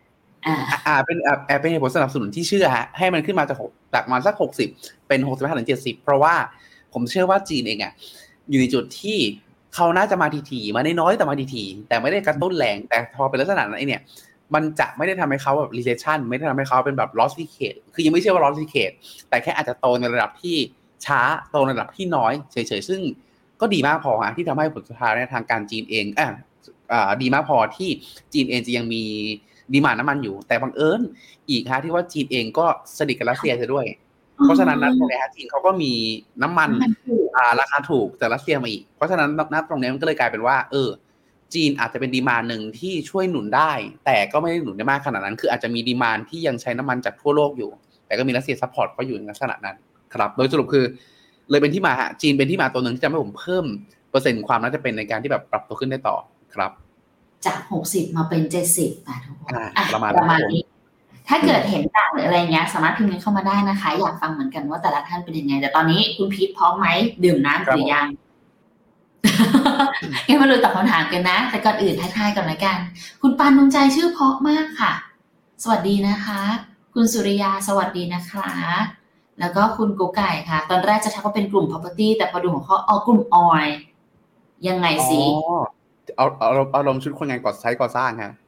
เป็นเหตุผลสนับสนุนที่เชื่อฮะให้มันขึ้นมาจากมาสัก60เป็น65-70เพราะว่าผมเชื่อว่าจีนเองอ่ะอยู่ในจุดที่เขาน่าจะมาทีๆมาน้อยๆแต่มาทีๆแต่ไม่ได้กระตุ้นแรงแต่พอเป็นลักษณะนั้นเนี่ยมันจะไม่ได้ทำให้เขาแบบ recession ไม่ได้ทำให้เขาเป็นแบบ loss decade คือยังไม่เชื่อว่า loss decade แต่แค่อาจจะโตในระดับที่ช้าโตในระดับที่น้อยเฉยๆซึ่งก็ดีมากพอฮะที่ทำให้ผลสุดท้ายในทางการจีนเองดีมากพอที่จีนเองจะยังมีดีมานด์น้ำมันอยู่แต่บังเอิญอีกฮะที่ว่าจีนเองก็สนิทกับรัสเซียจะด้วยเพราะฉะนั้นณตรงนี้ฮะจีนเขาก็มีน้ำมันราคาถูกจากรัสเซียมาอีกเพราะฉะนั้นณตรงนี้มันก็เลยกลายเป็นว่าจีนอาจจะเป็นดีมานด์หนึ่งที่ช่วยหนุนได้แต่ก็ไม่ได้หนุนได้มากขนาดนั้นคืออาจจะมีดีมานด์ที่ยังใช้น้ำมันจากทั่วโลกอยู่แต่ก็มีรัสเซียซัพพอร์ตเขาอยู่ในลักษณะนั้นครับโดยสรุปคือเลยเป็นที่มาฮะจีนเป็นที่มาตัวหนึ่งที่จะให้ผมเพิ่มเปอร์เซ็นต์ความน่าจะเป็นในการที่แบบปรับตัวขึ้นได้ต่อครับจาก60มาเป็น70ทุกคนประมาณนี้ถ้าเกิดเห็นต่างหรืออะไรเงี้ยสามารถพิมพ์กันเข้ามาได้นะคะอยากฟังเหมือนกันว่าแต่ละท่านเป็นยังไงแต่ตอนนี้คุณพีทพร้อมไหมดื่มน้ำหรือยังงั้นมาเลยตอบคำถามกันนะแต่ก่อนอื่นทักทายก่อนละกันคุณปานดวงใจชื่อเพราะมากค่ะสวัสดีนะคะคุณสุริยาสวัสดีนะคะแล้วก็คุณกุ๊กไก่ค่ะตอนแรกจะทักว่าเป็นกลุ่ม property แต่พอดูของเขากลุ่มออยยังไงสิเอาลงชุดคนงานก่อสร้างฮะ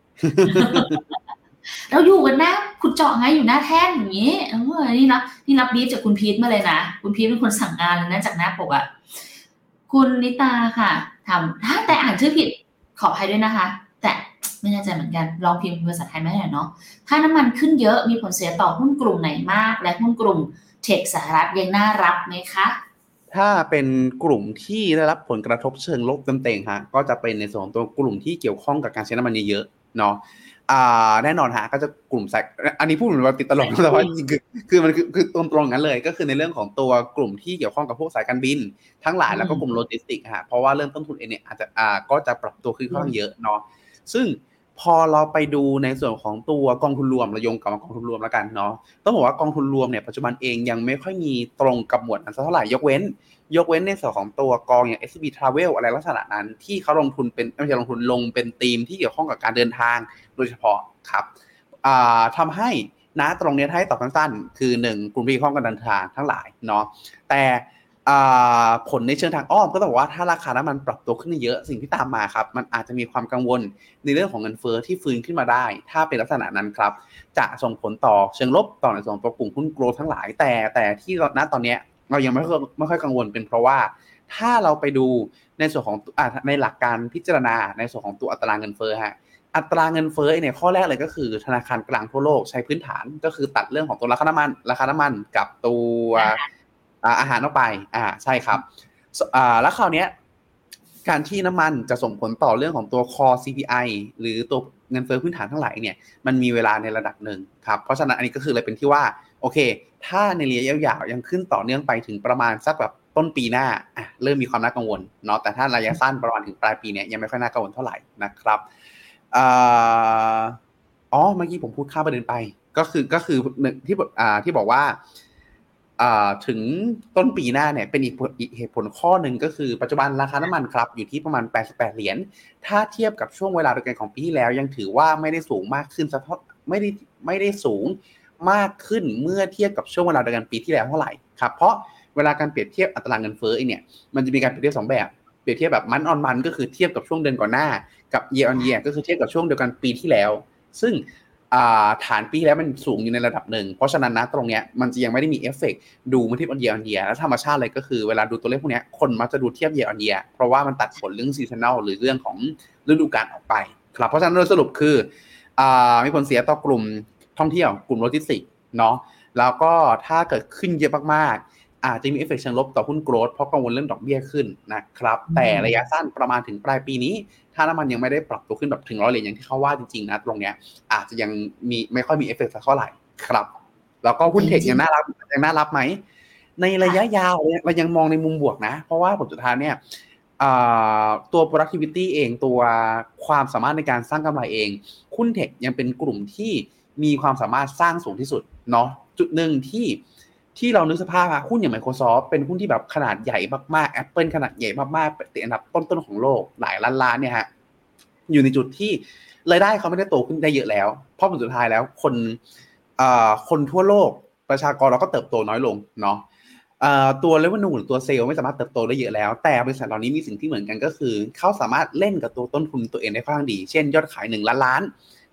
เราอยู่กันนะขุดเจาะไงอยู่หน้าแท่นอย่างนี้นี่รับบีฟจากคุณพีทมาเลยนะคุณพีทเป็นคนสั่งงานเลยนะจากหน้าปกอ่ะคุณนิตาค่ะถ้าแต่อ่านชื่อผิดขออภัยด้วยนะคะแต่ไม่แน่ใจเหมือนกันลองพิมพ์ภาษาไทยไม่ได้เนาะถ้าน้ำมันขึ้นเยอะมีผลเสียต่อหุ้นกลุ่มไหนมากและหุ้นกลุ่มเทคสหรัฐยังน่ารับไหมคะถ้าเป็นกลุ่มที่ได้รับผลกระทบเชิงลบเต็มๆฮะก็จะเป็นในส่วนของตัวกลุ่มที่เกี่ยวข้องกับการใช้น้ำมันเยอะๆเนาะแน่นอนฮะก็จะกลุ่มอันนี้พูดเหมือนว่าติดตลกแต่ว่าจริงๆคือมันคือตรงๆนั้นเลยก็คือในเรื่องของตัวกลุ่มที่เกี่ยวข้องกับพวกสายการบินทั้งหลายแล้วก็กลุ่มโลจิสติกส์ฮะเพราะว่าเรื่องต้นทุนเองเนี่ยอาจจะก็จะปรับตัวขึ้นค่อนข้างเยอะเนาะซึ่งพอเราไปดูในส่วนของตัวกองทุนรวมเราโยงกับกองทุนรวมแล้วกันเนาะต้องบอกว่ากองทุนรวมเนี่ยปัจจุบันเองยังไม่ค่อยมีตรงกับหมวดนั้นเท่าไหร่ยกเว้นในส่วนของตัวกองอย่าง SCB Travel อะไรลักษณะนั้นที่เขาลงทุนเป็นไม่ใช่ลงทุนลงเป็นธีมที่เกี่ยวข้องกับการเดินทางโดยเฉพาะครับทำให้ตรงนี้ให้ตอบสั้นๆคือ1กลุ่มที่เกี่ยวข้องกับการเดินทางทั้งหลายเนาะแต่ผลในเชิงทางอ้อมก็ต้องบอกว่าถ้าราคาน้ำมันปรับตัวขึ้นเยอะสิ่งที่ตามมาครับมันอาจจะมีความกังวลในเรื่องของเงินเฟ้อที่ฟื้นขึ้นมาได้ถ้าเป็นลักษณะนั้นครับจะส่งผลต่อเชิงลบต่อในส่วนตัวกลุ่มหุ้นโกลด์ทั้งหลายแต่ที่ตอนนี้เรายังไม่ค่อยกังวลเป็นเพราะว่าถ้าเราไปดูในส่วนของในหลักการพิจารณาในส่วนของตัวอัตราเงินเฟ้อฮะอัตราเงินเฟ้อเนี่ยข้อแรกเลยก็คือธนาคารกลางทั่วโลกใช้พื้นฐานก็คือตัดเรื่องของตัวราคาน้ำมันกับตัวอาหารออกไปใช่ครับแล้วคราวนี้การที่น้ำมันจะส่งผลต่อเรื่องของตัว core CPI หรือตัวเงินเฟ้อพื้นฐานทั้งหลายเนี่ยมันมีเวลาในระดับหนึ่งครับเพราะฉะนั้นอันนี้ก็คือเลยเป็นที่ว่าโอเคถ้าในระยะยาวๆยังขึ้นต่อเนื่องไปถึงประมาณสักแบบต้นปีหน้าเริ่มมีความน่ากังวลเนาะแต่ถ้าระยะสั้นประมาณถึงปลายปีเนี่ยยังไม่ค่อยน่ากังวลเท่าไหร่นะครับเมื่อกี้ผมพูดข้ามประเด็นไปก็คือที่บอกว่าถึงต้นปีหน้าเนี่ยเป็นอีกเหตุผลข้อหนึ่งก็คือปัจจุบันราคาน้ำมันครับอยู่ที่ประมาณ88เหรียญถ้าเทียบกับช่วงเวลาเดียวกันของปีที่แล้วยังถือว่าไม่ได้สูงมากขึ้นสักเท่าไม่ได้สูงมากขึ้นเมื่อเทียบกับช่วงเวลาเดียวกันปีที่แล้วเท่าไหร่ครับเพราะเวลาการเปรียบเทียบอัตราเงินเฟ้อเนี่ยมันจะมีการเปรียบเทียบ2แบบเปรียบเทียบแบบมันออนมันก็คือเทียบกับช่วงเดือนก่อนหน้ากับ year on year ก็คือเทียบกับช่วงเดียวกันปีที่แล้วซึ่งฐานปีแล้วมันสูงอยู่ในระดับหนึ่งเพราะฉะนั้นนะตรงเนี้ยมันจะยังไม่ได้มีเอฟเฟกต์ดูเมื่อเทียบ year on year แล้วธรรมชาติเลยก็คือเวลาดูตัวเลขพวกนี้คนมักจะดูเทียบ year on year เพราะว่ามันตัดผลเรื่อง seasonal หรือเรื่องของฤดูกาลออกไปครับเพราะฉะนั้นโดยสรุปคือมีผลเสียต่อกลุ่มท่องเที่ยวกลุ่มโลจิสติกส์เนาะแล้วก็ถ้าเกิดขึ้นเยอะมากๆอาจจะมีเอฟเฟกต์เชิงลบต่อหุ้นโกลด์เพราะกังวลเรื่องดอกเบี้ยขึ้นนะครับแต่ระยะสั้นประมาณถึงปลายปีนี้ถ้าน้ำมันยังไม่ได้ปรับตัวขึ้นแบบถึง100เหรียญอย่างที่เขาว่าจริงๆนะตรงเนี้ยอาจจะยังไม่ค่อยมีเอฟเฟกต์สักเท่าไหร่ครับแล้วก็หุ้นเทคยังน่ารับไหมในระยะยาวเรายังมองในมุมบวกนะเพราะว่าผลสุดท้ายเนี่ยตัว productivity เองตัวความสามารถในการสร้างกำไรเองหุ้นเทคยังเป็นกลุ่มที่มีความสามารถสร้างสูงที่สุดเนาะจุดหนึ่งที่เรานึกสภาพหุ้นอย่าง Microsoft เป็นหุ้นที่แบบขนาดใหญ่มากๆ Apple ขนาดใหญ่มากๆติดอันดับต้นๆของโลกหลายล้านเนี่ยฮะอยู่ในจุดที่รายได้เขาไม่ได้โตขึ้นได้เยอะแล้วเพราะผลสุดท้ายแล้วคนทั่วโลกประชากรเราก็เติบโตน้อยลงเนาะตัว revenue หรือตัวเซลล์ไม่สามารถเติบโตได้เยอะแล้วแต่บริษัทเหล่านี้มีสิ่งที่เหมือนกันก็คือเขาสามารถเล่นกับตัวต้นทุนตัวเองได้ค่อนข้างดีเช่นยอดขาย1 ล้าน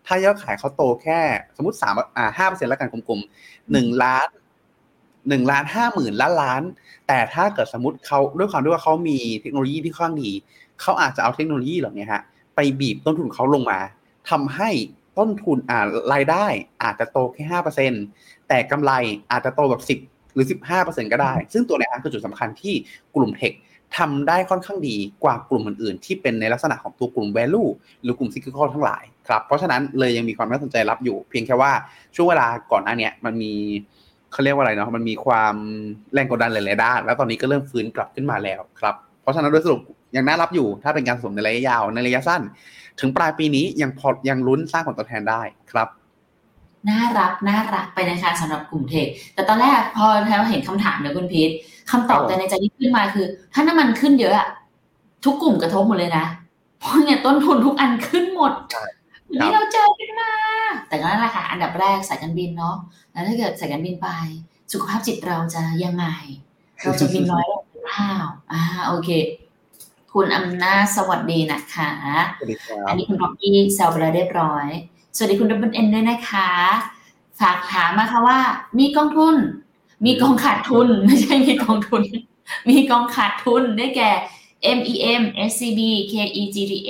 ถ้ายอดขายเขาโตแค่สมมุติ5%แล้วกันกลมๆ1,50,000,000,000,000,000แต่ถ้าเกิดสมมุติเขาด้วยความที่ว่าเขามีเทคโนโลยีที่ค่อนข้างดีเขาอาจจะเอาเทคโนโลยีเหล่านี้ฮะไปบีบต้นทุนเขาลงมาทำให้ต้นทุนรายได้อาจจะโตแค่ 5% แต่กำไรอาจจะโตแบบ10หรือ 15% ก็ได้ซึ่งตัวนี้คือจุดสำคัญที่กลุ่มเทคทำได้ค่อนข้างดีกว่ากลุ่มอื่นๆที่เป็นในลักษณะของตัวกลุ่ม value หรือกลุ่ม cyclical ทั้งหลายครับเพราะฉะนั้นเลยยังมีความน่าสนใจรับอยู่เพียงแค่ว่าช่วงเวลาก่อนหน้านี้มันมีเขาเรียกว่าอะไรเนาะมันมีความแรงกดดันหลายๆด้านแล้วตอนนี้ก็เริ่มฟื้นกลับขึ้นมาแล้วครับเพราะฉะนั้นโดยสรุปยังน่ารับอยู่ถ้าเป็นการสะสมในระยะยาวในระยะสั้นถึงปลายปีนี้ยังลุ้นสร้างผลตอบแทนได้ครับน่ารักไปนะคะสำหรับกลุ่มเทคแต่ตอนแรกพอเราเห็นคำถามเนี่ยคุณพีทคำตอบแต่ในใจที่ขึ้นมาคือถ้าน้ำมันขึ้นเยอะอะทุกกลุ่มกระทบหมดเลยนะเพราะเนี่ยต้นทุนทุกอันขึ้นหมดนี่เราเจอกันมาแต่ก็นั่นแหละค่ะอันดับแรกสายการบินเนาะแล้วถ้าเกิดสายการบินไปสุขภาพจิตเราจะยังไงเราจะบินน้อยลงหรือเปล่าโอเคคุณอำนาจสวัสดีนะคะอันนี้คุณร็อกกี้แซวไปแล้วเรียบร้อยสวัสดีคุณดับเบิลเอ็นด้วยนะคะฝากถามมาค่ะว่ามีกองทุนมีกองขาดทุนไม่ใช่มีกองทุนมีกองขาดทุนได้แก่ MEM SCB KEGTG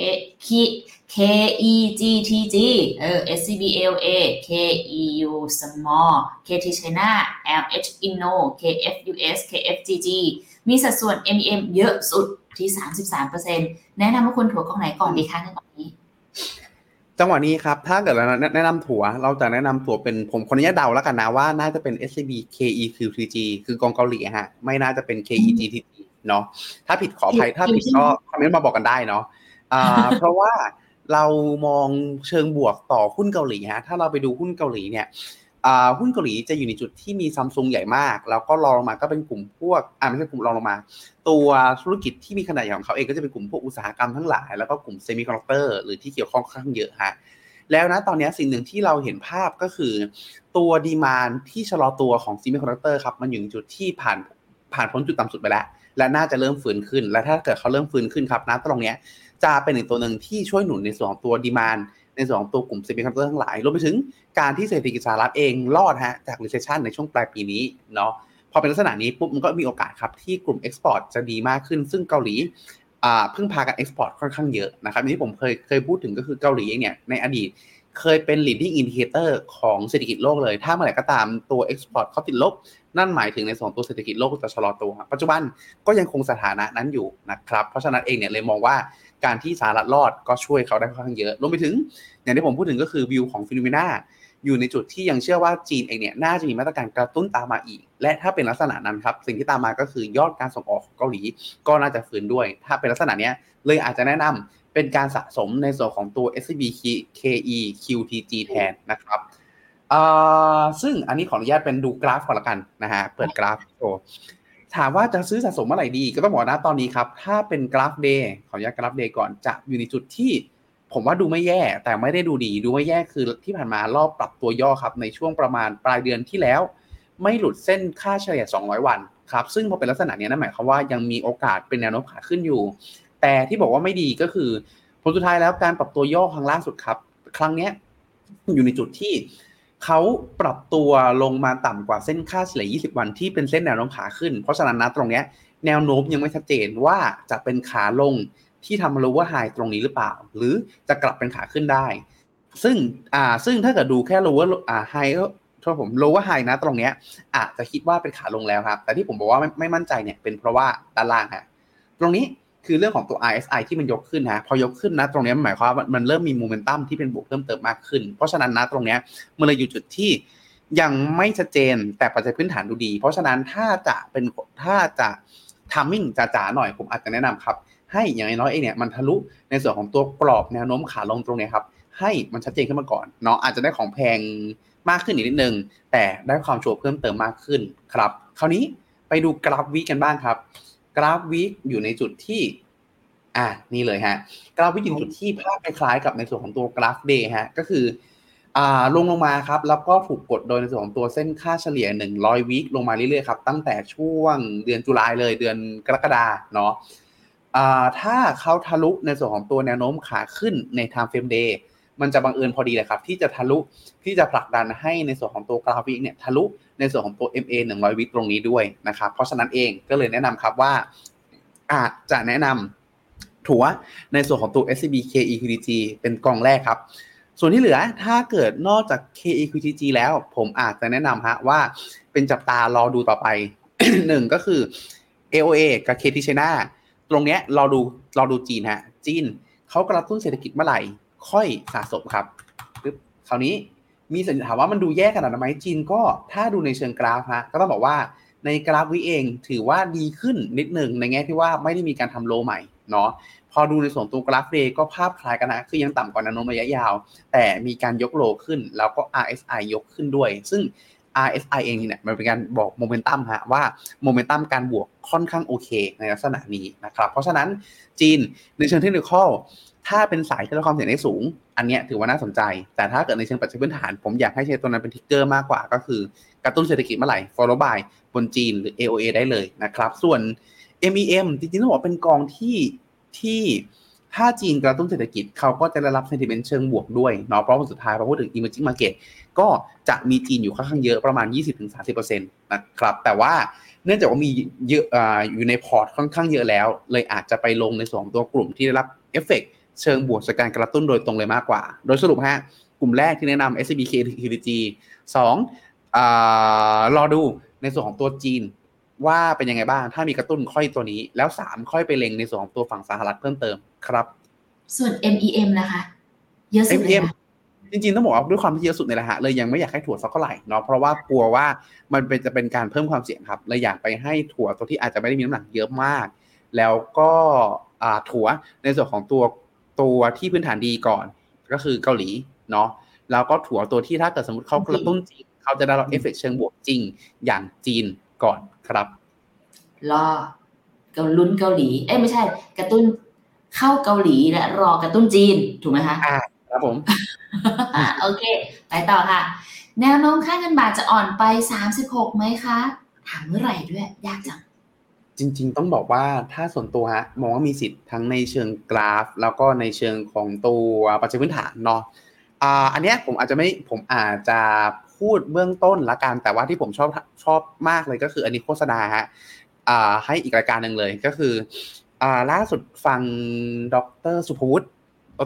SCB LA KEU Small KT China LH Inno KFUS KFGG มีสัดส่วน MEM เยอะสุดที่ 33% แนะนำว่าคุณถั่วกองไหนก่อนดีคะในตอนนี้จังหวะนี้ครับถ้าเกิดเราแนะนำถั่วเราจะแนะนำถั่วเป็นผมขออนุญาตเดาแล้วกันนะว่าน่าจะเป็น SCB KEQTG คือกองเกาหลีฮะไม่น่าจะเป็น KEGTG เนาะถ้าผิดขออภัยถ้าผิดก็คอมเมนต์มาบอกกันได้เนาะเพราะว่าเรามองเชิงบวกต่อหุ้นเกาหลีฮะถ้าเราไปดูหุ้นเกาหลีเนี่ยหุ้นเกาหลีจะอยู่ในจุดที่มีซัมซุงใหญ่มากแล้วก็รองลงมาก็เป็นกลุ่มพวกไม่ใช่กลุ่มรองลงมาตัวธุรกิจที่มีขนาดใหญ่ของเขาเองก็จะเป็นกลุ่มพวกอุตสาหกรรมทั้งหลายแล้วก็กลุ่มเซมิคอนดักเตอร์หรือที่เกี่ยวข้องค่อนข้างเยอะฮะแล้วนะตอนนี้สิ่งหนึ่งที่เราเห็นภาพก็คือตัวดีมานด์ที่ชะลอตัวของเซมิคอนดักเตอร์ครับมันอยู่ในจุดที่ผ่านพ้นจุดต่ำสุดไปแล้วและน่าจะเริ่มฟื้นขึ้นและถ้าเกิดเขาเริ่มฟื้นขึ้นครับนะตรงนี้จะเป็นอีกตัวหนึ่งที่ช่วยหนุนในส่วนของตัวดีมานด์ในส่วนของตัวกลุ่มเซมิคอนดักเตอร์ทั้งหลายรวมไปถึงการที่เศรษฐกิจสหรัฐเองรอดฮะจาก recession ในช่วงปลายปีนี้เนาะพอเป็นลักษณะนี้ปุ๊บมันก็มีโอกาสครับที่กลุ่ม export จะดีมากขึ้นซึ่งเกาหลีเพิ่งพากัน export ค่อนข้างเยอะนะครับที่ผมเคยพูดถึงก็คือเกาหลีเองเนี่ยในอดีตเคยเป็น leading indicator ของเศรษฐกิจโลกเลยถ้าเมื่อไหร่ก็ตามตัว export เขาติดลบนั่นหมายถึงในส่วนตัวเศรษฐกิจโลกจะชะลอตัวปัจจุบันก็ยังคงสถานะนั้นอยู่นะครับเพราะฉะนั้นเองเนี่ยเลยมองว่าการที่สหรัฐรอดก็ช่วยเขาได้ค่อนข้างเยอะรวมไปถึงอย่างที่ผมพูดถึงก็คือวิวของฟิโนเมนาอยู่ในจุดที่ยังเชื่อว่าจีนเองเนี่ยน่าจะมีมาตรการกระตุ้นตามมาอีกและถ้าเป็นลักษณะนั้นครับสิ่งที่ตามมาก็คือยอดการส่งออกของเกาหลีก็น่าจะฟื้นด้วยถ้าเป็นลักษณะนี้เลยอาจจะแนะนำเป็นการสะสมในส่วนของตัว SCB KEQTG แทนนะครับซึ่งอันนี้ขออนุญาตเป็นดูกราฟก่อนละกันนะฮะเปิดกราฟโชว์ถามว่าจะซื้อสะสมเมื่อไหร่ดีก็ต้องบอกนะตอนนี้ครับถ้าเป็นกราฟเดย์ขออนุญาตกราฟเดย์ก่อนจะอยู่ในจุดที่ผมว่าดูไม่แย่แต่ไม่ได้ดูดีดูไม่แย่คือที่ผ่านมารอบปรับตัวย่อครับในช่วงประมาณปลายเดือนที่แล้วไม่หลุดเส้นค่าเฉลี่ย200วันครับซึ่งพอเป็นลักษณะนี้นั่นหมายความว่ายังมีโอกาสเป็นแนวโน้มขาขึ้นอยู่แต่ที่บอกว่าไม่ดีก็คือผลสุดท้ายแล้วการปรับตัวย่อครั้งล่าสุดครับครั้งนี้อยู่ในจุดที่เขาปรับตัวลงมาต่ำกว่าเส้นค่าเฉลี่ย20วันที่เป็นเส้นแนวโน้มขาขึ้นเพราะฉะนั้นนะตรงนี้แนวโน้มยังไม่ชัดเจนว่าจะเป็นขาลงที่ทำ lower high ตรงนี้หรือเปล่าหรือจะกลับเป็นขาขึ้นได้ซึ่งถ้าเกิดดูแค่ lower high โทษผม lower high นะตรงนี้อาจจะคิดว่าเป็นขาลงแล้วครับแต่ที่ผมบอกว่าไม่มั่นใจเนี่ยเป็นเพราะว่าด้านล่างฮะตรงนี้คือเรื่องของตัว RSI ที่มันยกขึ้นฮะพอยกขึ้นนะตรงนี้หมายความว่ามันเริ่มมีโมเมนตัมที่เป็นบวกเพิ่มเติมมากขึ้นเพราะฉะนั้นนะตรงนี้มันเลยอยู่จุดที่ยังไม่ชัดเจนแต่ปัจจัยพื้นฐานดูดีเพราะฉะนั้นถ้าจะtiming จ๋าๆหน่อยผมอาจจะแนะนำครับให้อย่างน้อยๆเนี่ยมันทะลุในส่วนของตัวกรอบแนวโน้มขาลงตรงนี้ครับให้มันชัดเจนขึ้นมาก่อนเนาะอาจจะได้ของแพงมากขึ้นนิดนึงแต่ได้ความชัวร์เพิ่มเติมมากขึ้นครับคราวนี้ไปดูกราฟวีคกันบ้างครับกราฟวีคอยู่ในจุดที่นี่เลยฮะกราฟวีคอยู่ในจุดที่ภาพคล้ายๆกับในส่วนของตัวกราฟเดย์ฮะก็คือลงมาครับแล้วก็ถูกกดโดยในส่วนของตัวเส้นค่าเฉลี่ย100วีคลงมาเรื่อยๆครับตั้งแต่ช่วงเดือนตุลาเลยเดือนกรกฎาเนาะถ้าเขาทะลุในส่วนของตัวแนวโน้มขาขึ้นใน time frame day มันจะบังเอิญพอดีเลยครับที่จะทะลุที่จะผลักดันให้ในส่วนของตัวกราฟวิกเนี่ยทะลุในส่วนของตัว MA 100 วิกตรงนี้ด้วยนะครับเพราะฉะนั้นเองก็เลยแนะนำครับว่าอาจจะแนะนำถัวในส่วนของตัว SCB KEQTG เป็นกองแรกครับส่วนที่เหลือถ้าเกิดนอกจาก KEQTG แล้วผมอาจจะแนะนำฮะว่าเป็นจับตารอดูต่อไป หนึ่งก็คือ AOA กับ KT China ตรงเนี้ยรอดูจีนฮะจีนเขากระตุ้นเศรษฐกิจเมื่อไหร่ค่อยสะสมครับคราวนี้มีสัญญาณว่ามันดูแย่ขนาดนั้นไหมจีนก็ถ้าดูในเชิงกราฟฮะก็ต้องบอกว่าในกราฟวิเองถือว่าดีขึ้นนิดหนึ่งในแง่ที่ว่าไม่ได้มีการทำโลใหม่เนาะพอดูในส่วนตัวกราฟเดย์ก็ภาพคล้ายกันนะคือยังต่ำกว่าแนวโน้มระยะยาวแต่มีการยกโลขึ้นแล้วก็ RSI ยกขึ้นด้วยซึ่ง RSI เองเนี่ยมันเป็นการบอกโมเมนตัมฮะว่าโมเมนตัมการบวกค่อนข้างโอเคในลักษณะนี้นะครับเพราะฉะนั้นจีนในเชิงเทคนิคถ้าเป็นสายที่มีความเสี่ยงได้สูงอันเนี้ยถือว่าน่าสนใจแต่ถ้าเกิดในเชิงปัจจัยพื้นฐานผมอยากให้ใช้ตัวนั้นเป็นทริกเกอร์มากกว่าก็คือกระตุ้นเศรษฐกิจเมื่อไหร่ follow by บนจีนหรือ AOA ได้เลยนะครับส่วน MEM จริงๆต้องบอกเป็นกองที่ถ้าจีนกระตุ้นเศรษฐกิจเขาก็จะได้รับ sentiment เชิงบวกด้วยเนาะเพราะว่าสุดท้ายพอพูดถึง emerging market ก็จะมีจีนอยู่ค่อนข้างเยอะประมาณ 20-30% นะครับแต่ว่าเนื่องจากว่ามีเยอะอยู่ในพอร์ตค่อนข้างเยอะแล้วเลยอาจจะไปลงในส่วนของตัวกลุ่มที่ได้รับเอฟเฟกต์เชิงบวกจากการกระตุ้นโดยตรงเลยมากกว่าโดยสรุปฮะกลุ่มแรกที่แนะนำ SCB KTG 2รอดูในส่วนของตัวจีนว่าเป็นยังไงบ้างถ้ามีกระตุ้นค่อยตัวนี้แล้ว3ค่อยไปเล็งในส่วนของตัวฝั่งสหรัฐเพิ่มเติมครับส่วน MEM นะคะเยอะสุดเลยนะจริงๆต้องบอกว่าด้วยความที่เยอะสุดในละฮะเลยยังไม่อยากให้ถั่วสักเท่าไหร่เนาะเพราะว่ากลัวว่ามันจะเป็นการเพิ่มความเสี่ยงครับเลยอยากไปให้ถั่วตัวที่อาจจะไม่ได้มีน้ำหนักเยอะมากแล้วก็ถั่วในส่วนของตัวที่พื้นฐานดีก่อนก็คือเกาหลีเนาะแล้วก็ถั่วตัวที่ถ้าเกิดสมมติเขากระตุ้นจริงเขาจะได้รับเอฟเฟกต์เชิงบวกจริงอย่างจีนก่อนครับรอลุ้นเกาหลีไม่ใช่กระตุ้นเข้าเกาหลีและรอกระตุ้นจีนถูกไหมคะครับผมโอเคไปต่อค่ะแนวโน้มค่าเงินบาทจะอ่อนไป36ไหมคะถามเมื่อไหร่ด้วยยากจังจริงๆต้องบอกว่าถ้าส่วนตัวฮะมองว่ามีสิทธิ์ทั้งในเชิงกราฟแล้วก็ในเชิงของตัวปัจจัยพื้นฐานเนาะอันเนี้ยผมอาจจะพูดเบื้องต้นละกันแต่ว่าที่ผมชอบมากเลยก็คืออันนี้โฆษณาฮะให้อีกรายการนึงเลยก็คือล่าสุดฟังดร.สุภวุฒิ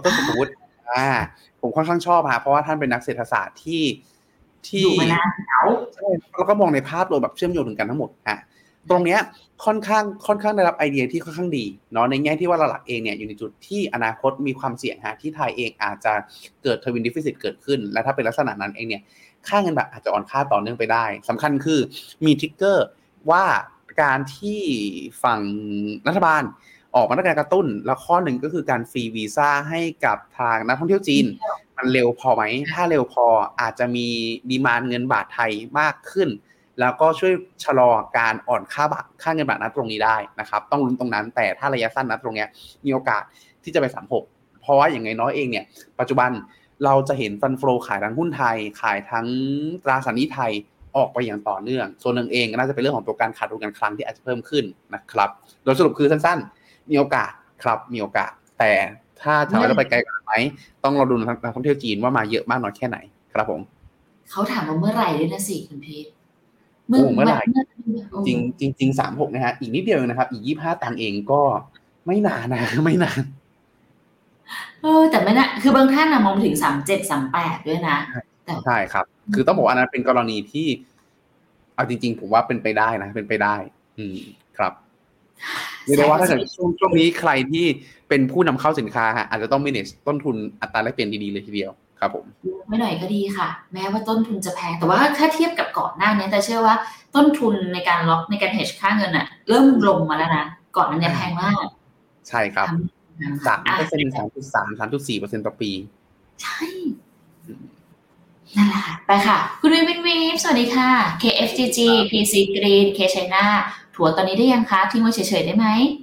ผมค่อนข้างชอบฮะเพราะว่าท่านเป็นนักเศรษฐศาสตร์ที่อยู่มานานใช่แล้วก็มองในภาพรวมแบบเชื่อมโยงถึงกันทั้งหมดฮะตรงเนี้ยค่อนข้างได้รับไอเดียที่ค่อนข้างดีเนาะในแง่ที่ว่าหลักเองเนี่ยอยู่ในจุดที่อนาคตมีความเสี่ยงฮะที่ไทยเองอาจจะเกิดทวินดิฟิซิตเกิดขึ้นและถ้าเป็นลักษณะนั้นเองเนี่ยค่าเงินบาทอาจจะอ่อนค่าต่อเนื่องไปได้สำคัญคือมีทริกเกอร์ว่าการที่ฝั่งรัฐบาลออกมาตรการกระตุ้นแล้วข้อหนึ่งก็คือการฟรีวีซ่าให้กับทางนักท่องเที่ยวจีนมันเร็วพอไหมถ้าเร็วพออาจจะมีดีมานด์เงินบาทไทยมากขึ้นแล้วก็ช่วยชะลอการอ่อนค่าเงินบาทณตรงนี้ได้นะครับต้องลุ้นตรงนั้นแต่ถ้าระยะสั้นณตรงนี้มีโอกาสที่จะไป36เพราะว่าอย่างน้อยเองเนี่ยปัจจุบันเราจะเห็นฟันโฟลขายทั้งหุ้นไทยขายทั้งตราสารหนี้ไทยออกไปอย่างต่อเนื่องส่วนหนึ่งเองน่าจะเป็นเรื่องของตัวการขาดดุลการคลังที่อาจจะเพิ่มขึ้นนะครับโดยสรุปคือสั้นๆมีโอกาสครับมีโอกาสแต่ถ้าถามว่าจะไปไกลกว่าไหมต้องรอดูนักท่องเที่ยวจีนว่ามาเยอะมากน้อยแค่ไหนครับผมเขาถามว่าเมื่อไหร่ด้วยนะสิคุณพีทเมื่อไหร่จริง36นะฮะอีกนิดเดียวนะครับอีก25ตังค์เองก็ไม่นานนะไม่นานแต่ไม่นะคือบางท่านมองถึง37 38ด้วยนะใช่ครับคือต้องบอกว่านั้นเป็นกรณีที่เอาจริงๆผมว่าเป็นไปได้นะเป็นไปได้ครับเรียกได้ว่าถ้าเกิดช่วงนี้ใครที่เป็นผู้นำเข้าสินค้าฮะอาจจะต้อง manage ต้นทุนอัตราแลกเปลี่ยนดีๆเลยทีเดียวครับผมไม่หน่อยก็ดีค่ะแม้ว่าต้นทุนจะแพงแต่ว่าถ้าเทียบกับก่อนหน้านี้แต่เชื่อว่าต้นทุนในการล็อกในการ hedge ค่าเงินเริ่มลงมาแล้วนะก่อนนั้นเนี่ยแพงมากใช่ครับ 3% 3.3 3.4% ต่อปีใช่นั่นแหละค่ะไปค่ะคุณวินสวัสดีค่ะ KFGG PC Green K China ถั่วตอนนี้ได้ยังคะทิ้งไว้เฉยๆได้ไหม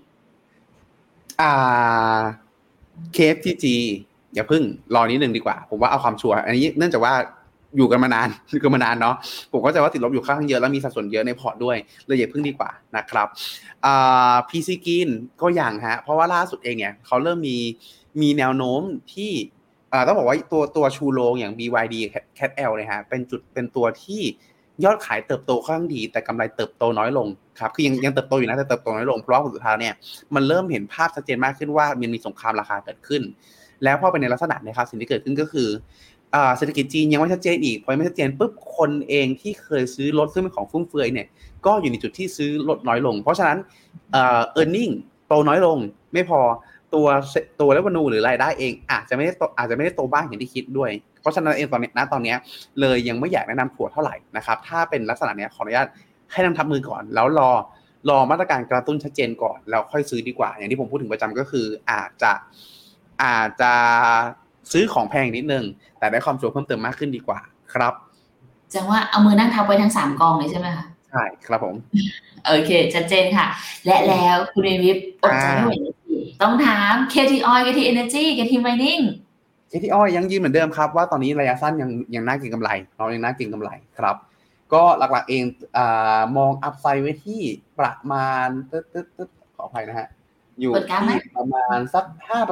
KFGG อย่าพึ่งรอนิดนึงดีกว่าผมว่าเอาความชัวร์อันนี้เนื่องจากว่าอยู่กันมานานเนาะผมก็จะว่าติดลบอยู่ค่อนข้างเยอะแล้วมีสัดส่วนเยอะในพอร์ตด้วยเลยอย่าพึ่งดีกว่านะครับPC Green ก็อย่างฮะเพราะว่าล่าสุดเองเนี่ยเขาเริ่มมีแนวโน้มที่ต้องบอกว่าตัวชูโรงอย่าง BYD Cat L เนี่ยฮะเป็นตัวที่ยอดขายเติบโตค่อนข้างดีแต่กำไรเติบโตน้อยลงครับคือยังเติบโตอยู่นะแต่เติบโตน้อยลงเพราะว่าผลสุดท้ายเนี่ยมันเริ่มเห็นภาพชัดเจนมากขึ้นว่ามันมีสงครามราคาเกิดขึ้นแล้วพอเป็นในลักษณะนะครับสิ่งที่เกิดขึ้นก็คือเศรษฐกิจจีนยังไม่ชัดเจนอีกพอไม่ชัดเจนปุ๊บคนเองที่เคยซื้อรถซึ่งเป็นของฟุ่มเฟือยเนี่ยก็อยู่ในจุดที่ซื้อรถน้อยลงเพราะฉะนั้นearning โตน้อยลงไม่พอตัวrevenueหรือรายได้เองอาจจะไม่ได้โตบ้างอย่างที่คิดด้วยเพราะฉะนั้นเองตอนนี้เลยยังไม่อยากแนะนำถั่วเท่าไหร่นะครับถ้าเป็นลักษณะเนี้ยขออนุญาตให้นำทับมือก่อนแล้วรอมาตรการกระตุ้นชัดเจนก่อนแล้วค่อยซื้อดีกว่าอย่างที่ผมพูดถึงประจำก็คืออาจจะซื้อของแพงนิดนึงแต่ได้ความชัวร์เพิ่มเติมมากขึ้นดีกว่าครับจังว่าเอามือนั่งทับไว้ทั้ง3กองเลยใช่ไหมคะใช่ครับผมโอเคชัดเจนค่ะและแล้วคุณวิปอดใจไม่ไหวต้องถาม KT Oil KT Energy KT Mining KT Oil ยังยืนเหมือนเดิมครับว่าตอนนี้ระยะสั้นยังน่าเก็งกำไรเรายังน่าเก็งกำไรครับก็หลักๆเองมองอัพไซด์ไว้ที่ประมาณขออภัยนะฮะอยู่ที่ประมาณสัก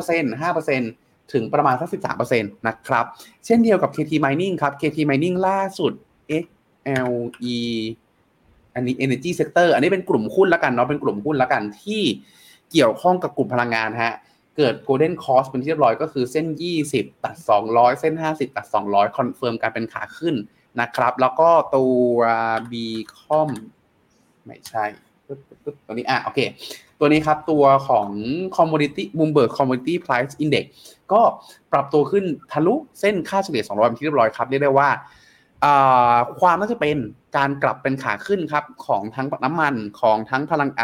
5% ถึงประมาณสัก 13% นะครับเช่นเดียวกับ KT Mining ครับ KT Mining ล่าสุด XLE อันนี้ Energy Sector อันนี้เป็นกลุ่มหุ้นละกันเนาะเป็นกลุ่มหุ้นละกันที่เกี่ยวข้องกับกลุ่มพลังงานฮะเกิด Golden Cross เป็นที่เรียบร้อยก็คือเส้น20ตัด200เส้น50ตัด200คอนเฟิร์มการเป็นขาขึ้นนะครับแล้วก็ตัว Bcom ไม่ใช่ตัวนี้โอเคตัวนี้ครับตัวของ Commodity Bloomberg Commodity Price Index ก็ปรับตัวขึ้นทะลุเส้นค่าเฉลี่ย200เป็นที่เรียบร้อยครับเรียกได้ว่าความน่าจะเป็นการกลับเป็นขาขึ้นครับของทั้งน้ำมันของทั้งพลัง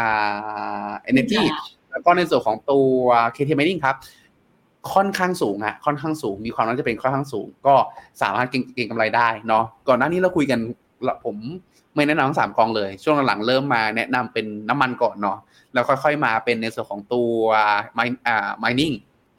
energy แล้วก็ในส่วนของตัว KT Mining ครับค่อนข้างสูงค่อนข้างสูงมีความน่าจะเป็นค่อนข้างสูงก็สามารถเก็งกำไรได้เนาะก่อนหน้านี้เราคุยกันผมไม่แนะนำทั้ง3กองเลยช่วงหลังๆเริ่มมาแนะนำเป็นน้ำมันก่อนเนาะแล้วค่อยๆมาเป็นในส่วนของตัว mining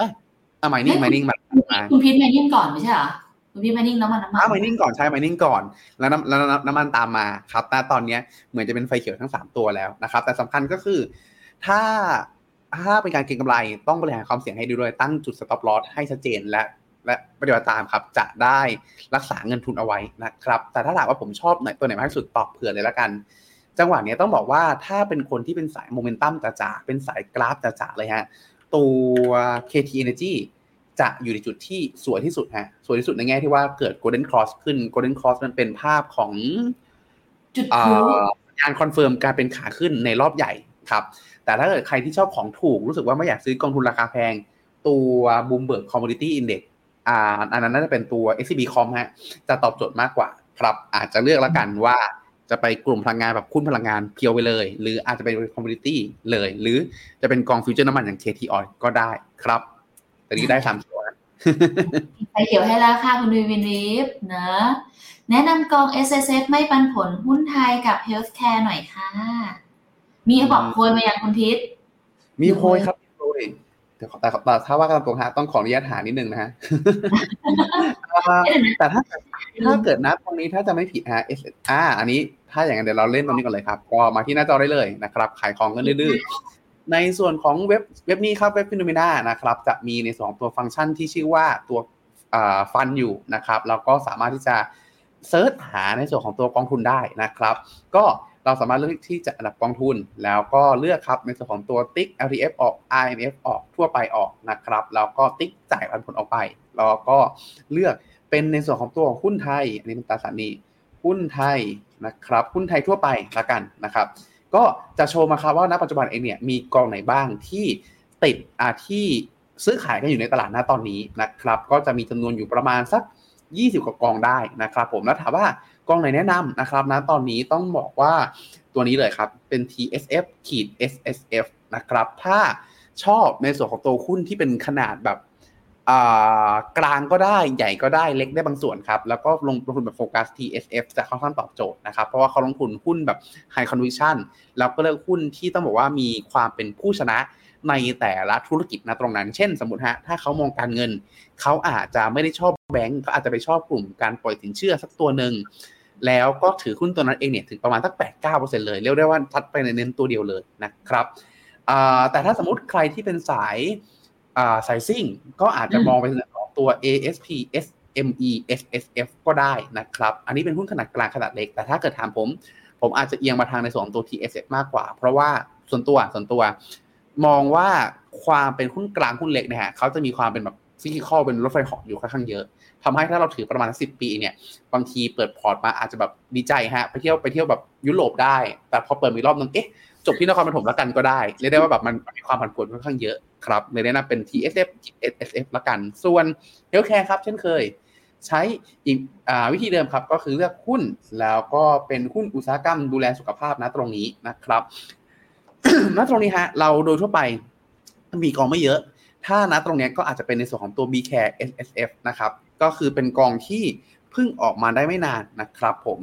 mining มาคุณพีท mining ก่อนไม่ใช่เหรอคุณพีท mining น้ำมัน mining ก่อนใช่ mining ก่อนแล้วน้ำมันตามมาครับแต่ตอนนี้เหมือนจะเป็นไฟเขียวทั้ง3ตัวแล้วนะครับแต่สำคัญก็คือถ้าเป็นการเก็งกำไรต้องบริหารความเสี่ยงให้ดีด้วยตั้งจุด stop loss ให้ชัดเจนและปฏิบัติตามครับจะได้รักษาเงินทุนเอาไว้นะครับแต่ถ้าถามว่าผมชอบตัวไหนมากที่สุดตอบเผื่อเลยละกันจังหวะนี้ต้องบอกว่าถ้าเป็นคนที่เป็นสายโมเมนตัมจ๋าๆเป็นสายกราฟจ๋าๆเลยฮะตัว KT Energy จะอยู่ในจุดที่สวยที่สุดฮะสวยที่สุดในแง่ที่ว่าเกิด Golden Cross ขึ้น Golden Cross มันเป็นภาพของจุดการคอนเฟิร์มการเป็นขาขึ้นในรอบใหญ่ครับแต่ถ้าเกิดใครที่ชอบของถูกรู้สึกว่าไม่อยากซื้อกองทุนราคาแพงตัว Bloomberg Commodity Index อันนั้นน่าจะเป็นตัว SCB.com ฮะจะตอบโจทย์มากกว่าครับอาจจะเลือกแล้วกันว่าจะไปกลุ่มพลังงานแบบหุ้นพลังงานเพียวไปเลยหรืออาจจะเป็นคอมมูนิตี้เลยหรือจะเป็นกองฟิวเจอร์น้ำมันอย่าง KT Oil ก็ได้ครับแต่นี้ได้3ตัวไฟเขียวให้ราคาคุณวินวิฟนะแนะนำกอง SSF ไม่ปันผลหุ้นไทยกับ Healthcare หน่อยค่ะมีบอกโพยมาอย่างคุณพิษมีโพยครับโพยแต่ถ้าว่ากันตรงๆต้องขออนุญาตหานิดนึงนะฮะแต่ถ้าเกิดนับตรงนี้ถ้าจะไม่ผิดฮะอันนี้ถ้าอย่างนั้นเดี๋ยวเราเล่นตรงนี้ก่อนเลยครับก็มาที่หน้าจอได้เลยนะครับขายของกันดื้อๆในส่วนของเว็บนี้ครับเว็บ Phenomena นะครับจะมีใน2ตัวฟังก์ชันที่ชื่อว่าตัวฟันอยู่นะครับแล้วก็สามารถที่จะเซิร์ชหาในส่วนของตัวกองทุนได้นะครับก็เราสามารถเลือกที่จะอันดับกองทุนแล้วก็เลือกครับในส่วนของตัวติ๊ก LTF ออก IMF ออกทั่วไปออกนะครับแล้วก็ติ๊กจ่ายปันผลออกไปแล้วก็เลือกเป็นในส่วนของตัวหุ้นไทยอันนี้เป็นตราสารหนี้หุ้นไทยนะครับหุ้นไทยทั่วไปละกันนะครับก็จะโชว์มาครับว่าณปัจจุบันเองเนี่ยมีกองไหนบ้างที่ติดที่ซื้อขายกันอยู่ในตลาดณตอนนี้นะครับก็จะมีจำนวนอยู่ประมาณสัก20กว่ากองได้นะครับผมแล้วถามว่ากองไหนแนะนำนะครับณตอนนี้ต้องบอกว่าตัวนี้เลยครับเป็น TSF-SSF นะครับถ้าชอบในส่วนของตัวหุ้นที่เป็นขนาดแบบกลางก็ได้ใหญ่ก็ได้เล็กได้บางส่วนครับแล้วก็ลงทุนแบบโฟกัส TSF จะค่อนข้างตอบโจทย์นะครับเพราะว่าเขาลงทุนหุ้นแบบ High Conviction แล้วก็เลือกหุ้นที่ต้องบอกว่ามีความเป็นผู้ชนะในแต่ละธุรกิจนะตรงนั้นเช่นสมมุติถ้าเขามองการเงินเขาอาจจะไม่ได้ชอบแบงก์ก็อาจจะไปชอบกลุ่มการปล่อยสินเชื่อสักตัวนึงแล้วก็ถือหุ้นตัวนั้นเองเนี่ยถึงประมาณสัก 8-9% เลยเรียกได้ว่าทัดไปในเน้นตัวเดียวเลยนะครับแต่ถ้าสมมุติใครที่เป็นสายซิ่งก็อาจจะมองไปตัวตัว ASP SME SSF ก็ได้นะครับอันนี้เป็นหุ้นขนาดกลางขนาดเล็กแต่ถ้าเกิดถามผมอาจจะเอียงมาทางในส่วนของตัว TSF มากกว่าเพราะว่าส่วนตัวมองว่าความเป็นหุ้นกลางหุ้นเล็กเนี่ยฮะเขาจะมีความเป็นแบบฟิสิคอลเป็นรถไฟเหาะอยู่ค่อนข้างเยอะทำให้ถ้าเราถือประมาณ10 ปีเนี่ยบางทีเปิดพอร์ตมาอาจจะแบบดีใจฮะไปเที่ยวแบบยุโรปได้แต่พอเปิดมีรอบนึงจบที่นครปฐมแล้วกันก็ได้เรียกได้ว่าแบบมันมีความผันผวนค่อนข้างเยอะครับเลยแนะนำเป็น TSF SSF ละกันส่วน Healthcare ครับเช่นเคยใช้อีกวิธีเดิมครับก็คือเลือกหุ้นแล้วก็เป็นหุ้นอุตสาหกรรมดูแลสุขภาพนะตรงนี้นะครับ ณตรงนี้ฮะเราโดยทั่วไปมีกองไม่เยอะถ้าณตรงนี้ก็อาจจะเป็นในส่วนของตัว BCare SSF นะครับก็คือเป็นกองที่เพิ่งออกมาได้ไม่นานนะครับผม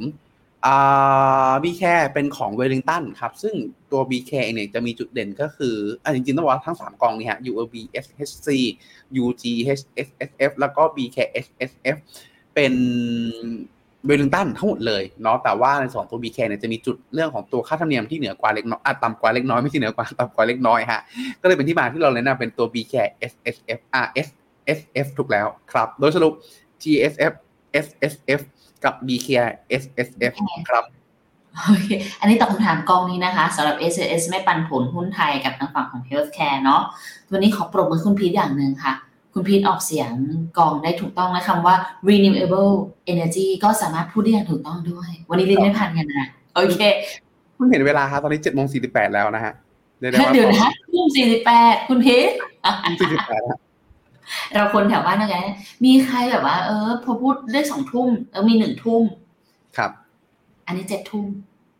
BCare เป็นของ Wellington ครับซึ่งตัว BCare เนี่ยจะมีจุดเด่นก็คือจริงๆต้องบอกว่าทั้ง3กองนี้ฮะ UOB SHC UG SSF แล้วก็ BCare SSF เป็น Wellington ทั้งหมดเลยเนาะแต่ว่าในส่วนตัว BCare เนี่ยจะมีจุดเรื่องของตัวค่าธรรมเนียมที่เหนือกว่าเล็กน้อยต่ำกว่าเล็กน้อยไม่ใช่เหนือกว่าต่ำกว่าเล็กน้อยฮะก็เลยเป็นที่มาที่เราแนะนำเป็นตัว BCare SSF SSF ถูกแล้วครับโดยสรุป GSF SSF กับ BCare SSF ครับโอเคอันนี้ตอบคำถามกองนี้นะคะสำหรับ SSS ไม่ปันผลหุ้นไทยกับทางฝั่งของ Healthcare เนาะวันนี้ขอปรบมือคุณพีทอย่างนึงค่ะคุณพีทออกเสียงกองได้ถูกต้องและคำว่า renewable energy ก็สามารถพูดได้อย่างถูกต้องด้วยวันนี้ลิ้นไม่พันกันนะโอเคคุณเห็นเวลาครับตอนนี้ 7:48 แล้วนะฮะเดี๋ยวนะ48คุณพีทเราคนแถวบ้านนะแกมีใครแบบว่าพอพูดเลข2 ทุ่มแล้วมี1 ทุ่มครับอันนี้7 ทุ่ม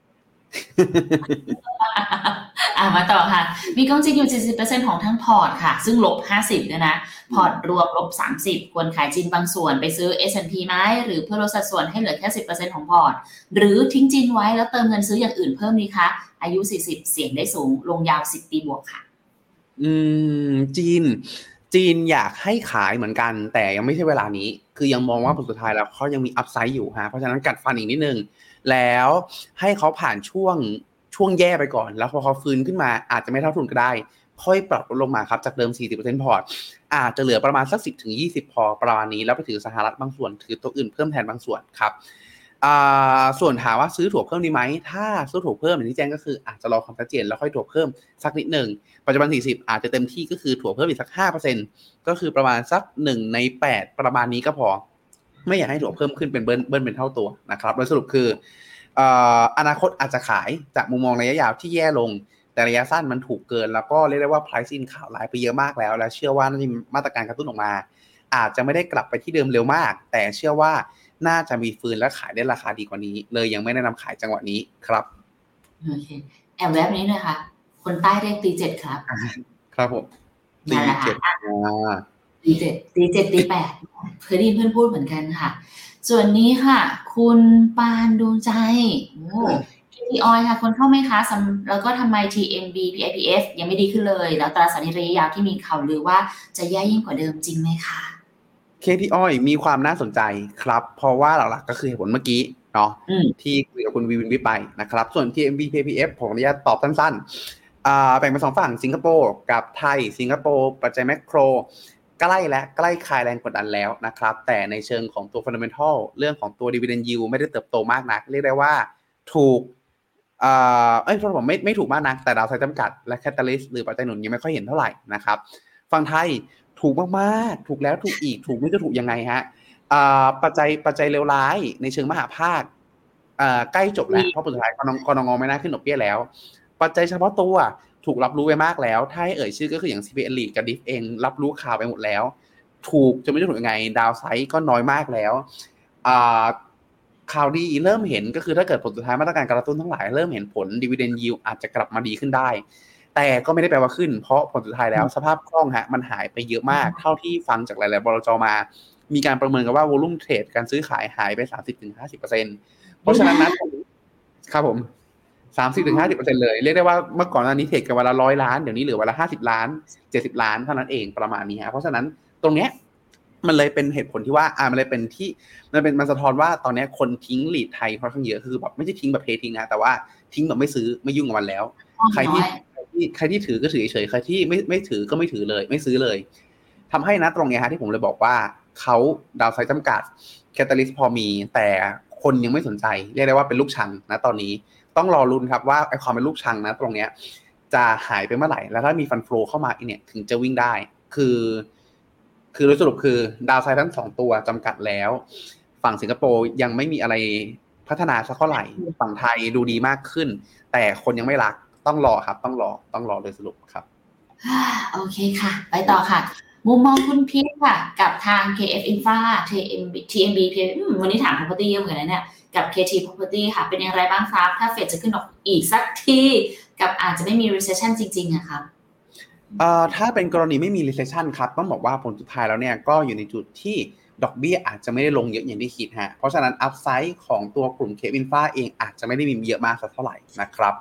มาต่อค่ะมีกองจริงอยู่ 40% ของทั้งพอร์ตค่ะซึ่งลบ50ด้วยนะพอร์ตรวมลบ30ควรขายจีนบางส่วนไปซื้อ S&P ไหมหรือเพื่อลดสัดส่วนให้เหลือแค่ 10% ของพอร์ตหรือทิ้งจีนไว้แล้วเติมเงินซื้ออย่างอื่นเพิ่มดีคะอายุ40เสี่ยงได้สูงลงยาว10 ปีบวกค่ะจีนอยากให้ขายเหมือนกันแต่ยังไม่ใช่เวลานี้คือยังมองว่าผลสุดท้ายแล้วเขายังมีอัพไซด์อยู่ฮะเพราะฉะนั้นกัดฟันอีกนิดนึงแล้วให้เขาผ่านช่วงแย่ไปก่อนแล้วพอเขาฟื้นขึ้นมาอาจจะไม่เท่าทุนก็ได้ค่อยปรับลงมาครับจากเดิม 40% พอร์ตอาจจะเหลือประมาณสัก 10-20 พอประมาณนี้แล้วไปถือสหรัฐบางส่วนถือตัวอื่นเพิ่มแทนบางส่วนครับส่วนถามว่าซื้อถั่วเพิ่มดีไหมถ้าซื้อถั่วเพิ่มอย่างที่แจ้งก็คืออาจจะรอความชัดเจนแล้วค่อยถั่วเพิ่มสักนิดนึงปัจจุบัน40อาจจะเต็มที่ก็คือถั่วเพิ่มอีกสัก 5% ก็คือประมาณสัก1ใน8ประมาณนี้ก็พอไม่อยากให้ถั่วเพิ่มขึ้นเป็นเบิ้ลเป็นเท่าตัวนะครับโดยสรุปคืออนาคตอาจจะขายจากมุมมองระยะยาวที่แย่ลงแต่ระยะสั้นมันถูกเกินแล้วก็เรียกได้ว่า price in ข่าวร้ายไปเยอะมากแล้วและเชื่อว่าน่าจะมีมาตรการกระตุ้นออกมาอาจจะไม่ได้กลับไปที่เดิมเร็วมากแต่เชื่อว่าน่าจะมีฟื้นและขายได้ราคาดีกว่านี้เลยยังไม่แนะนำขายจังหวะนี้ครับโอเคแอบแวบนี้เลยค่ะคนใต้เรียกตี7ครับครับผมตี7 ตี7ตี8เคยได้ยินเพื่อนพูดเหมือนกันค่ะส่วนนี้ค่ะคุณปานดวงใจKTOI ค่ะคนเข้าไหมคะแล้วก็ทำไม TMB PIPF ยังไม่ดีขึ้นเลยแล้วตราสารหนี้ระยะยาวที่มีข่าวลือว่าจะแย่ยิ่งกว่าเดิมจริงไหมคะ KTOI มีความน่าสนใจครับเพราะว่าหลักๆก็คือเหตุผลเมื่อกี้เนาะที่คุยกับคุณวินวิไปนะครับส่วน TMB PIPF ผมอนุญาตตอบสั้นๆแบ่งเป็น2ฝั่งสิงคโปร์กับไทยสิงคโปร์ปัจจัยแมคโครใกล้คลายแรงกดดันแล้วนะครับแต่ในเชิงของตัว fundamental เรื่องของตัว dividend yield ไม่ได้เติบโตมากนักเรียกได้ว่าถูกผมไม่ถูกมากนักแต่ดาวไซด์จำกัดและ catalyst หรือปัจจัยหนุนยังไม่ค่อยเห็นเท่าไหร่นะครับฝั่งไทยถูกมากๆถูกแล้วถูกอีกถูกไม่จะถูกยังไงฮะปัจจัยเลวร้ายในเชิงมหาภาคใกล้จบแล้วเพราะผลสุดท้ายกนงไม่น่าขึ้นดอกเบี้ยแล้วปัจจัยเฉพาะตัวถูกรับรู้ไปมากแล้วถ้าให้เอ่ยชื่อก็คืออย่าง CPN Lead กับ DIF เองรับรู้ข่าวไปหมดแล้วถูกจะไม่ถูกยังไงดาวไซด์ก็น้อยมากแล้วข่าวดีเริ่มเห็นก็คือถ้าเกิดผลสุดท้ายมาตรการกระตุ้นทั้งหลายเริ่มเห็นผล Dividend Yield อาจจะกลับมาดีขึ้นได้แต่ก็ไม่ได้แปลว่าขึ้นเพราะผลสุดท้ายแล้วสภาพคล่องฮะมันหายไปเยอะมากเท่าที่ฟังจากหลายๆบลจ.มามีการประเมินกันว่า volume trade การซื้อขายหายไป 30-50% เพราะฉะนั้นนะครับผม 30-50% เลยเรียกได้ว่าเมื่อก่อนหน้านี้เทรดกันวันละ100 ล้านเดี๋ยวนี้เหลือวันละ50 ล้าน70 ล้านเท่านั้นเองประมาณนี้ฮะเพราะฉะนั้นตรงเนี้ยมันเลยเป็นเหตุผลที่ว่ามันเลยเป็นที่มันสะท้อนว่าตอนนี้คนทิ้งลีดไทยค่อนข้างเยอะคือแบบไม่ใช่ทิ้งแบบเททิ้งนะแต่ว่าทิ้งแบบไม่ซื้อไม่ยุ่งกับมันแล้วใครที่ถือก็ถือเฉยใครที่ไม่ถือก็ไม่ถือเลยไม่ซื้อเลยทำให้นะตรงนี้ฮะที่ผมเลยบอกว่าเขาดาวไซด์จำกัดแคตตาลิสต์พอมีแต่คนยังไม่สนใจเรียกได้ว่าเป็นลูกชังนะตอนนี้ต้องรอลุ้นครับว่าไอ้ความเป็นลูกชังนะตรงเนี้ยจะหายไปเมื่อไหร่แล้วถ้ามีฟันโฟลเข้ามาอีกเนี่ยถึงจะวิ่งได้คือโดยสรุปคือดาวไซด์ทั้ง2ตัวจำกัดแล้วฝั่งสิงคโปร์ยังไม่มีอะไรพัฒนาสักเท่าไหร่ฝั่งไทยดูดีมากขึ้นแต่คนยังไม่รักต้องรอครับต้องรอโดยสรุปครับโอเคค่ะไปต่อค่ะมุมมองคุณพีทค่ะกับทาง KF Infra TMB วันนี้ถาม property เยอะเหมือนกันนะเนี่ยกับ KT Property ค่ะเป็นอย่างไรบ้างครับถ้าเฟดจะขึ้นดอกอีกสักทีกับอาจจะไม่มี recession จริงๆนะครับถ้าเป็นกรณีไม่มี recession ครับต้องบอกว่าผลสุดท้ายแล้วเนี่ยก็อยู่ในจุดที่ดอกเบี้ยอาจจะไม่ได้ลงเยอะอย่างที่คิดฮะเพราะฉะนั้น upside ของตัวกลุ่ม KF Infra เองอาจจะไม่ได้มีเยอะมากสักเท่าไหร่นะครับ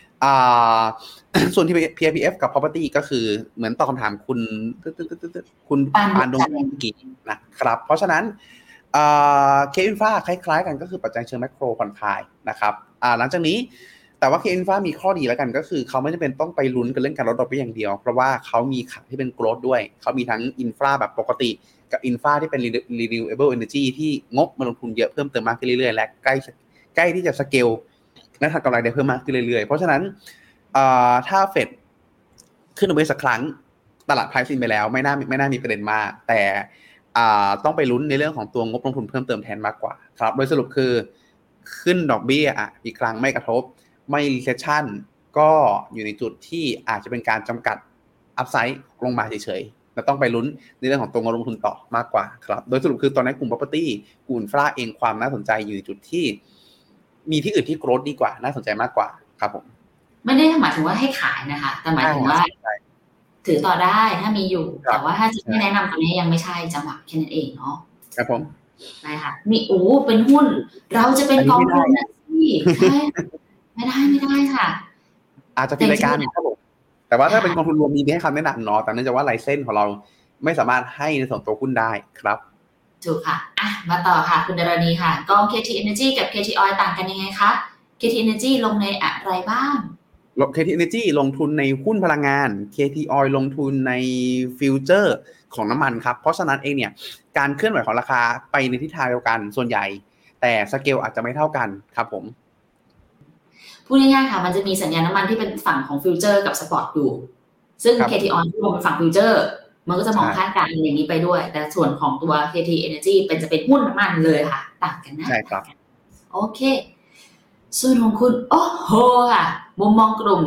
ส่วนที่ PIPF กับ property ก็คือเหมือนตอบคำถามคุณปานดงกีนะครับเพราะฉะนั้นKF Infra คล้ายๆกันก็คือปัจจัยเชิงแมคโครผ่อนคลายนะครับหลังจากนี้แต่ว่า KF Infra มีข้อดีแล้วกันก็คือเขาไม่จำเป็นต้องไปลุ้นกันเรื่องการลดดอกเบี้ยอย่างเดียวเพราะว่าเขามีขาที่เป็นโกรทด้วยเขามีทั้งอินฟราแบบปกติกับอินฟราที่เป็น renewable energy ที่งบมาลงทุนเยอะเพิ่มเติมมากขึ้นเรื่อยๆและใกล้ที่จะสเกลและทำกำไรได้เพิ่มมากขึ้นเรื่อยๆเพราะฉะนั้นถ้าเฟดขึ้นดอกเบี้ยสักครั้งตลาด price in ไปแล้วไม่น่ามีประเด็นมากแต่ต้องไปลุ้นในเรื่องของตัวงบลงทุนเพิ่มเติมแทนมากกว่าครับโดยสรุปคือขึ้นดอกเบี้ยอีกครั้งไม่กระทบไม่ recession ก็อยู่ในจุดที่อาจจะเป็นการจำกัด upside ลงมาเฉยๆและต้องไปลุ้นในเรื่องของตัวงบลงทุนต่อมากกว่าครับโดยสรุปคือตอนนี้กลุ่ม property กลุ่มอินฟราเองความน่าสนใจอยู่ในจุดที่มีที่อื่นที่โกรธดีกว่าน่าสนใจมากกว่าครับผมไม่ได้หมายถึงว่าให้ขายนะคะแต่หมายถึงว่าถือต่อได้ถ้ามีอยู่แต่ว่าถ้าจะไม่แนะนำตอนนี้ยังไม่ใช่จังหวะแค่นั้นเองเนาะครับผมได้ค่ะนี่เป็นหุ้นเราจะเป็นกองทุนนะที่ไม่ได้ค่ะอาจจะเป็นรายการครับผมแต่ว่าถ้าเป็นกองทุนรวมมีให้คำแนะนำเนาะแต่เนื่องจากว่าไลเซนส์ของเราไม่สามารถให้ในส่วนตัวหุ้นได้ครับถูกค่ะมาต่อค่ะคุณดารณีค่ะกอง KT Energy กับ KT Oil ต่างกันยังไงคะ KT Energy ลงในอะไรบ้าง KT Energy ลงทุนในหุ้นพลังงาน KT Oil ลงทุนในฟิวเจอร์ของน้ำมันครับเพราะฉะนั้นเองเนี่ยการเคลื่อนไหวของราคาไปในทิศทางเดียวกันส่วนใหญ่แต่สเกลอาจจะไม่เท่ากันครับผมพูดง่ายๆค่ะมันจะมีสัญญาณน้ำมันที่เป็นฝั่งของฟิวเจอร์กับสปอร์ตอยู่ซึ่ง KT Oil ที่ลงเป็นฝั่งฟิวเจอร์มันก็จะมองคาดการณ์อย่างนี้ไปด้วยแต่ส่วนของตัว KT Energy จะเป็นหุ้นน้ำมันเลยค่ะต่างกันนะใช่ครับโอเคส่วนของคุณโอ้โหค่ะมุมมองกลุ่ม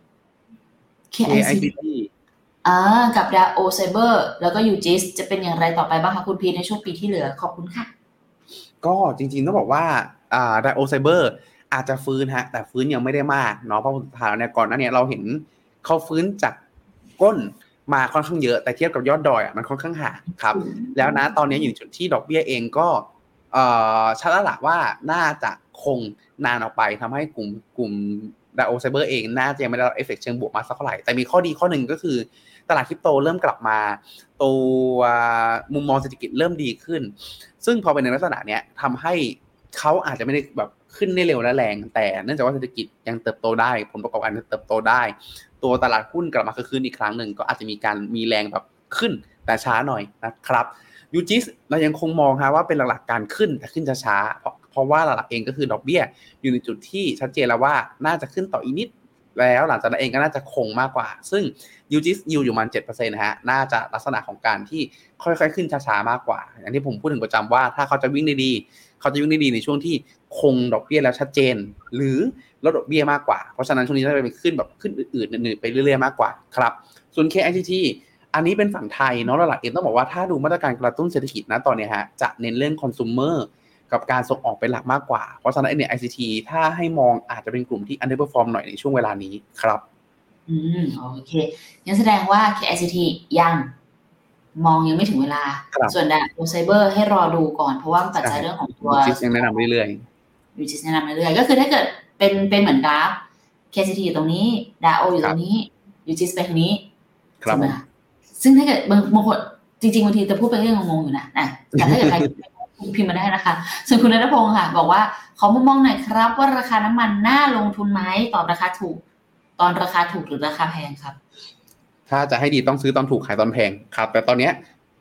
KICT กับ Dao Cyber แล้วก็ UGIS จะเป็นอย่างไรต่อไปบ้างคะคุณพีในช่วงปีที่เหลือขอบคุณค่ะก็จริงๆต้องบอกว่าDao Cyber อาจจะฟื้นฮะแต่ฟื้นยังไม่ได้มากเนาะเพราะสุดท้ายแล้วเนี่ยก่อนหน้านี้เราเห็นเขาฟื้นจากก้นมาค่อนข้างเยอะแต่เทียบกับยอดดอยมันค่อนข้างห่างครับแล้วนะตอนนี้อยู่จุดที่ดอกเบี้ยเองก็ชัดแล้วล่ะว่าน่าจะคงนานออกไปทำให้กลุ่ม Dao Cyber เองน่าจะยังไม่ได้รับเอฟเฟกต์เชิงบวกมากสักเท่าไหร่แต่มีข้อดีข้อหนึ่งก็คือตลาดคริปโตเริ่มกลับมาตัวมุมมองเศรษฐกิจเริ่มดีขึ้นซึ่งพอเป็นในลักษณะเนี้ยทำให้เขาอาจจะไม่ได้แบบขึ้นได้เร็วและแรงแต่เนื่องจากว่าเศรษฐกิจยังเติบโตได้ผลประกอบการเติบโตได้ตัวตลาดหุ้นกลับมาคืนอีกครั้งหนึ่งก็อาจจะมีแรงแบบขึ้นแต่ช้าหน่อยนะครับยูจิสเรายังคงมองฮะว่าเป็นหลักๆการขึ้นแต่ขึ้นช้าเพราะว่าหลักๆเองก็คือดอกเบี้ยอยู่ในจุดที่ชัดเจนแล้วว่าน่าจะขึ้นต่ออีกนิดแล้วหลังจากนั้นเองก็น่าจะคงมากกว่าซึ่งยูจิสอยู่ประมาณ 7% นะฮะน่าจะลักษณะของการที่ค่อยๆขึ้นช้าๆมากกว่าอย่างที่ผมพูดถึงประจำว่าถ้าเขาจะวิ่งได้ดีเขาจะวิ่งได้ดีในช่วงที่คงดอกเบี้ยแล้วชัดเจนหรือลดดอกเบี้ยมากกว่าเพราะฉะนั้นช่วงนี้จะเป็นขึ้นแบบขึ้นอืดๆหนืดๆไปเรื่อยๆมากกว่าครับส่วน KICT อันนี้เป็นฝั่งไทยเนาะหลักๆเองต้องบอกว่าถ้าดูมาตรการกระตุ้นเศรษฐกิจนะตอนนี้ฮะจะเน้นเรื่องคอน sumer กับการส่งออกเป็นหลักมากกว่าเพราะฉะนั้นเนี่ย ICT ถ้าให้มองอาจจะเป็นกลุ่มที่ underperform หน่อยในช่วงเวลานี้ครับโอเคงั้นแสดงว่า KICT ยังไม่ถึงเวลาส่วน Dao Cyber ให้รอดูก่อนเพราะว่าปัจจัยเรื่องของตัว UGIS ยังแนะนำเรื่อยๆ UGIS แนะนำเรื่อยๆก็คือถ้าเกิดเป็นเหมือนกราฟ KICT อยู่ตรงนี้ Dao อยู่ตรงนี้ UGIS ไปทางนี้ครับซึ่งถ้าเกิดบางคนจริงๆบางทีจะพูดไปเรื่องงงๆอยู่นะแต่ถ้าเกิดใครพิมพ์มาได้นะคะส่วนคุณณัฐพงศ์ค่ะบอกว่าขอมุมมองหน่อยครับว่าราคาน้ำมันน่าลงทุนไหมตอนราคาถูกหรือราคาแพงครับถ้าจะให้ดีต้องซื้อตอนถูกขายตอนแพงครับแต่ตอนนี้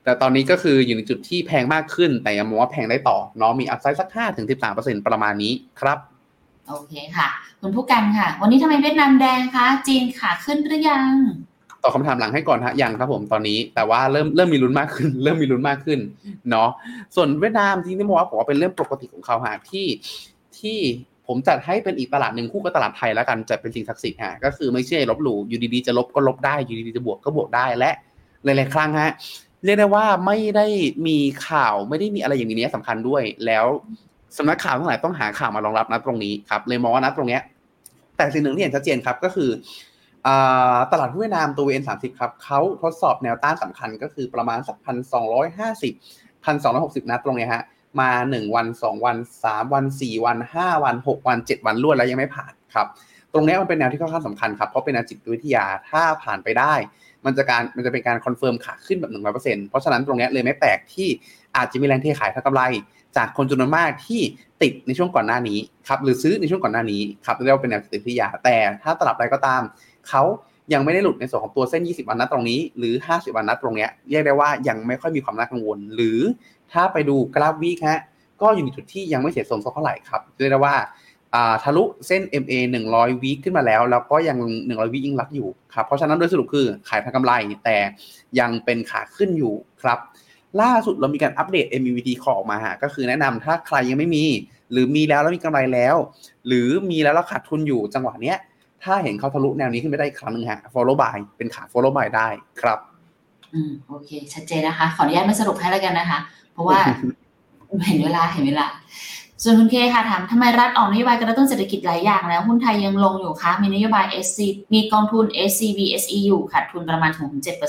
แต่ตอนนี้ก็คืออยู่ในจุดที่แพงมากขึ้นแต่ยังมองว่าแพงได้ต่อเนาะมีอัพไซด์สัก 5-13% ประมาณนี้ครับโอเคค่ะคุณผู้กันค่ะวันนี้ทำไมเวียดนามแดงคะจีนขาขึ้นหรือยังตอบคำถามหลังให้ก่อนฮะยังครับผมตอนนี้แต่ว่าเริ่มมีลุ้นมากขึ้นเริ่มมีลุ้นมากขึ้นเนาะส่วนเวียดนามจริงๆผมว่าเป็นเรื่องปกติของเขาฮะที่ผมจัดให้เป็นอีกตลาดหนึ่งคู่กับตลาดไทยแล้วกันจัดเป็นสิ่งศักดิ์สิทธิ์ฮะก็คือไม่ใช่ลบหลู่อยู่ดีๆจะลบก็ลบได้อยู่ดีๆจะบวกก็บวกได้และหลายๆครั้งฮะเรียกได้ว่าไม่ได้มีข่าวไม่ได้มีอะไรอย่างนี้สำคัญด้วยแล้วสำนักข่าวทั้งหลายต้องหาข่าวมารองรับตรงนี้ครับเลยมองว่าตัวเนี้ยแต่สิ่งหนึ่งที่เห็นชัดเจนครับก็คือตลาดหุ้นเวียดนามตัว VN30 ครับเขาทดสอบแนวต้านสำคัญก็คือประมาณสัก 1,250 1,260 ตรงนี้ฮะมา1วัน2วัน3วัน4วัน5วัน6วัน7วันรวดแล้วยังไม่ผ่านครับตรงนี้มันเป็นแนวที่ค่อนข้างสำคัญครับเพราะเป็นแนวจิตวิทยาถ้าผ่านไปได้มันจะเป็นการคอนเฟิร์มขาขึ้นแบบ 100% เพราะฉะนั้นตรงนี้เลยไม่แปลกที่อาจจะมีแรงเทขายทางกำไรจากคนจำนวนมากที่ติดในช่วงก่อนหน้านี้ครับหรือซื้อในช่วงก่อนหน้านี้ครับเรียกว่าเป็นแนวจิตวิทยาแต่ถ้าตราบใดก็ตามเขายังไม่ได้หลุดในส่วนของตัวเส้น20วันตรงนี้หรือ50วันตรงนี้เรียกได้ว่ายังไม่ค่อยมีความน่ากังวลหรือถ้าไปดูกราฟวีคฮะก็อยู่ในจุดที่ยังไม่เสียทรงสักเท่าไหร่ครับเรียกได้ว่าทะลุเส้น MA 100วีคขึ้นมาแล้วก็ยัง100วีคยังรับอยู่ครับเพราะฉะนั้นโดยสรุปคือขายทางกำไรแต่ยังเป็นขาขึ้นอยู่ครับล่าสุดเรามีการอัปเดต MACD Call ออกมาฮะก็คือแนะนำถ้าใครยังไม่มีหรือมีแล้วมีกำไรแล้วหรือมีแล้วขาดทุนอยู่จังหวะเนี้ยถ้าเห็นเขาทะลุแนวนี้ขึ้นไปได้อีกครั้งนึงฮะ follow buy เป็นขา follow buy ได้ครับโอเคชัดเจนนะคะขออนุญาตไม่สรุปให้แล้วกันนะคะเพราะว่า เห็นเวลาส่วนคุณเคค่ะถามทำไมรัฐออกนโยบายกระตุ้นเศรษฐกิจหลายอย่างแล้วหุ้นไทยยังลงอยู่คะมีนโยบาย มีกองทุน SCB SE อยู่ขาดทุนประมาณ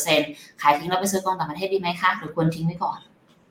7% ขายทิ้งแล้วไปซื้อกองต่างประเทศดีไหมคะหรือควรทิ้งไว้ก่อน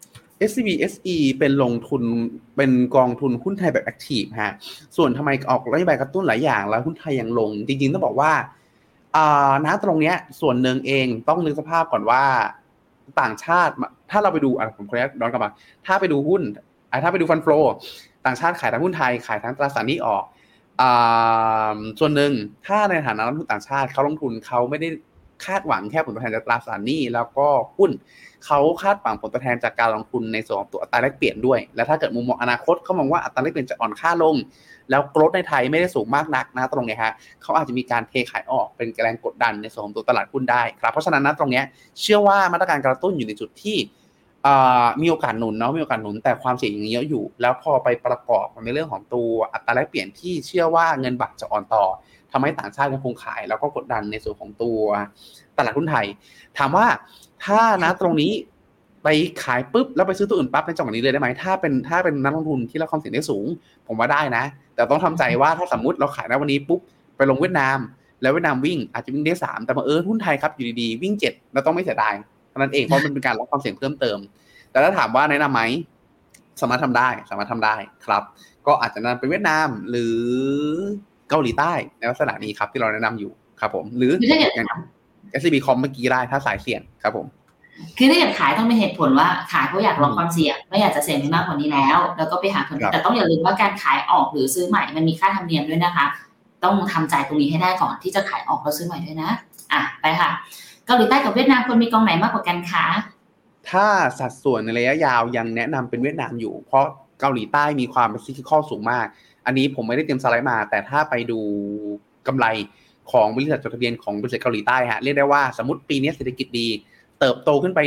SCB SE เป็นลงทุนเป็นกองทุนหุ้นไทยแบบแอคทีฟฮะส่วนทำไมออกนโยบายกระตุ้นหลายอย่างแล้วหุ้นไทยยังลงจริงๆต้องบอกว่าณตรงเนี้ยส่วนหนึ่งเองต้องนึกสภาพก่อนว่าต่างชาติถ้าเราไปดูผมขออนุญาตย้อนกลับมาถ้าไปดูหุ้นถ้าไปดูฟันโฟลต่างชาติขายทั้งหุ้นไทยขายทั้งตราสารหนี้ออกส่วนหนึ่งถ้าในฐานะนักลงทุนต่างชาติเขาลงทุนเขาไม่ได้คาดหวังแค่ผลตอบแทนจากตราสารหนี้แล้วก็หุ้นเขาคาดหวังผลตอบแทนจากการลงทุนในส่วนของตัวอัตราแลกเปลี่ยนด้วยและถ้าเกิดมุมมองอนาคตเขามองว่าอัตราแลกเปลี่ยนจะอ่อนค่าลงแล้วโกรทในไทยไม่ได้สูงมากนักนะตรงนี้ฮะเขาอาจจะมีการเทขายออกเป็นแรงกดดันในส่วนของตัวตลาดหุ้นได้ครับเพราะฉะนั้นตรงนี้เชื่อว่ามาตรการกระตุ้นอยู่ในจุดที่มีโอกาสหนุนมีโอกาสหนุนแต่ความเสี่ยงยังเยอะอยู่แล้วพอไปประกอบในเรื่องของตัวอัตราแลกเปลี่ยนที่เชื่อว่าเงินบาทจะอ่อนต่อทำให้ต่างชาติยังคงขายแล้วก็กดดันในส่วนของตัวตลาดหุ้นไทยถามว่าถ้าตรงนี้ไปขายปุ๊บแล้วไปซื้อตัวอื่นปั๊บในจังหวะนี้เลยได้ไหมถ้าเป็นนักลงทุนที่รับความเสี่ยงได้สูงผมว่าได้นะแต่ต้องทำใจว่าถ้าสมมติเราขายในวันนี้ปุ๊บไปลงเวียดนามแล้วเวียดนามวิ่งอาจจะวิ่งได้3แต่หุ้นไทยครับอยู่ดีๆวิ่ง7เราต้องไม่เสียดายนั่นเองเพราะมันเป็นการรับความเสี่ยงเพิ่มเติมแต่ถ้าถามว่าแนะนำไหมสามารถทำได้ครับก็อาจจะนำไปเวียดนามหรือเกาหลีใต้ในลักษณะนี้ครับที่เราแนะนำอยู่ครับผมหรืออย่าง SCB คอมเมื่อกี้ได้ถ้าสายเสี่ยงครับผมคือถ้าเกิดขายต้องเป็นเหตุผลว่าขายเพราะอยากลดความเสี่ยงไม่อยากจะเสี่ยงมากกว่านี้แล้วก็ไปหาผลแต่ต้องอย่าลืมว่าการขายออกหรือซื้อใหม่มันมีค่าธรรมเนียมด้วยนะคะต้องทำใจตรงนี้ให้ได้ก่อนที่จะขายออกแล้วซื้อใหม่ด้วยนะไปค่ะเกาหลีใต้กับเวียดนามควรมีกองไหนมากกว่ากันคะถ้าสัดส่วนในระยะยาวยังแนะนำเป็นเวียดนามอยู่เพราะเกาหลีใต้มีความเป็นซิคลิคอลสูงมากอันนี้ผมไม่ได้เตรียมสไลด์มาแต่ถ้าไปดูกำไรของบริษัทจดทะเบียนของบริษัทเกาหลีใต้ฮะเรียกได้ว่าสมมติปีนี้เศรษฐกิจดีเติบโตขึ้นไป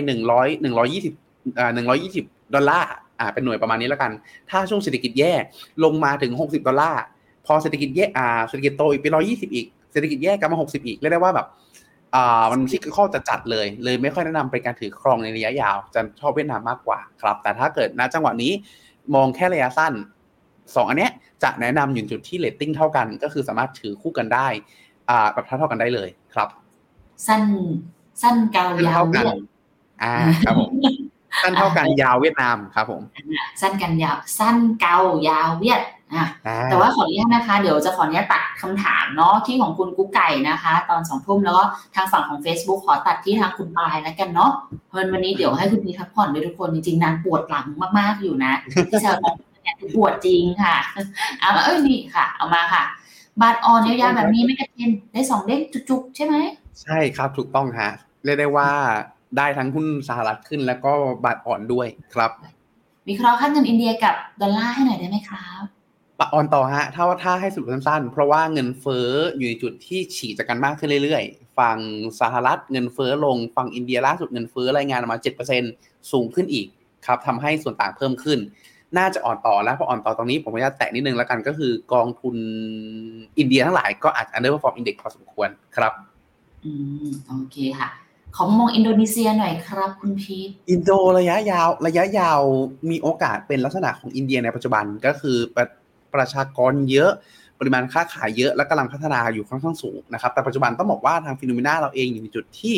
120 ดอลลาร์เป็นหน่วยประมาณนี้แล้วกันถ้าช่วงเศรษฐกิจแย่ลงมาถึง$60พอเศรษฐกิจแย่เศรษฐกิจโตอีกไป120อีกเศรษฐกิจแย่กลับมา60อีกเรียกได้ว่าแบบมันซิคลิคอลจะจัดเลยไม่ค่อยแนะนำเป็นการถือครองในระยะยาวจะชอบเวียดนามมากกว่าครับแต่ถ้าเกิดณจังหวะนี้มองแค่ระยะสั้น2อันเนี้ยจะแนะนำอยู่จุดที่เรตติ้งเท่ากันก็คือสามารถถือคู่กันได้แบบเท่ากันได้เลยครับสั้นเกายาวเวียดครับผมสั้นเท่ากันยาวเวียดนามครับผมสั้นกันยาวสั้นเกายาวเวียดแต่ว่าขออนุญาตนะคะเดี๋ยวจะขออนุญาตตัดคำถามเนาะที่ของคุณกุ๊กไก่นะคะตอน 20:00 นแล้วก็ทางฝั่งของ Facebook ขอตัดที่ทางคุณปายแล้วกันเนาะเพราะวันนี้เดี๋ยวให้คุณพีพักผ่อนด้วยทุกคนจริงๆนางปวดหลังมากๆอยู่นะที่ชาวบ้านเนี่ยปวดจริงค่ะเอามานี่ค่ะเอามาค่ะบาทออนยาวๆแบบนี้ไม่กระเทียนได้2เด้งจุกๆใช่ไหมใช่ครับถูกต้องฮะเรียกได้ว่าได้ทั้งหุ้นสหรัฐขึ้นแล้วก็บาทอ่อนด้วยครับวิเคราะห์ค่าเงินอินเดียกับดอลลาร์ให้หน่อยได้ไหมครับอ่อนต่อฮะถ้าให้สรุปสั้นๆเพราะว่าเงินเฟ้ออยู่ในจุดที่ฉีกจากกันมากขึ้นเรื่อยๆฝั่งสหรัฐเงินเฟ้อลงฝั่งอินเดียล่าสุดเงินเฟ้อรายงานออกมา 7% สูงขึ้นอีกครับทำให้ส่วนต่างเพิ่มขึ้นน่าจะอ่อนต่อแล้วพออ่อนต่อตรงนี้ผมก็จะแตะนิดนึงแล้วกันก็คือกองทุนอินเดียทั้งหลายก็อาจจะ underperform index พอสมควรครับโอเคค่ะของมองอินโดนีเซียหน่อยครับคุณพีทอินโดระยะยาวมีโอกาสเป็นลักษณะของอินเดียในปัจจุบันก็คือประชากรเยอะปริมาณค้าขายเยอะและกำลังพัฒนาอยู่ค่อนข้างสูงนะครับแต่ปัจจุบันต้องบอกว่าทางฟิโนเมนาเราเองอยู่ในจุดที่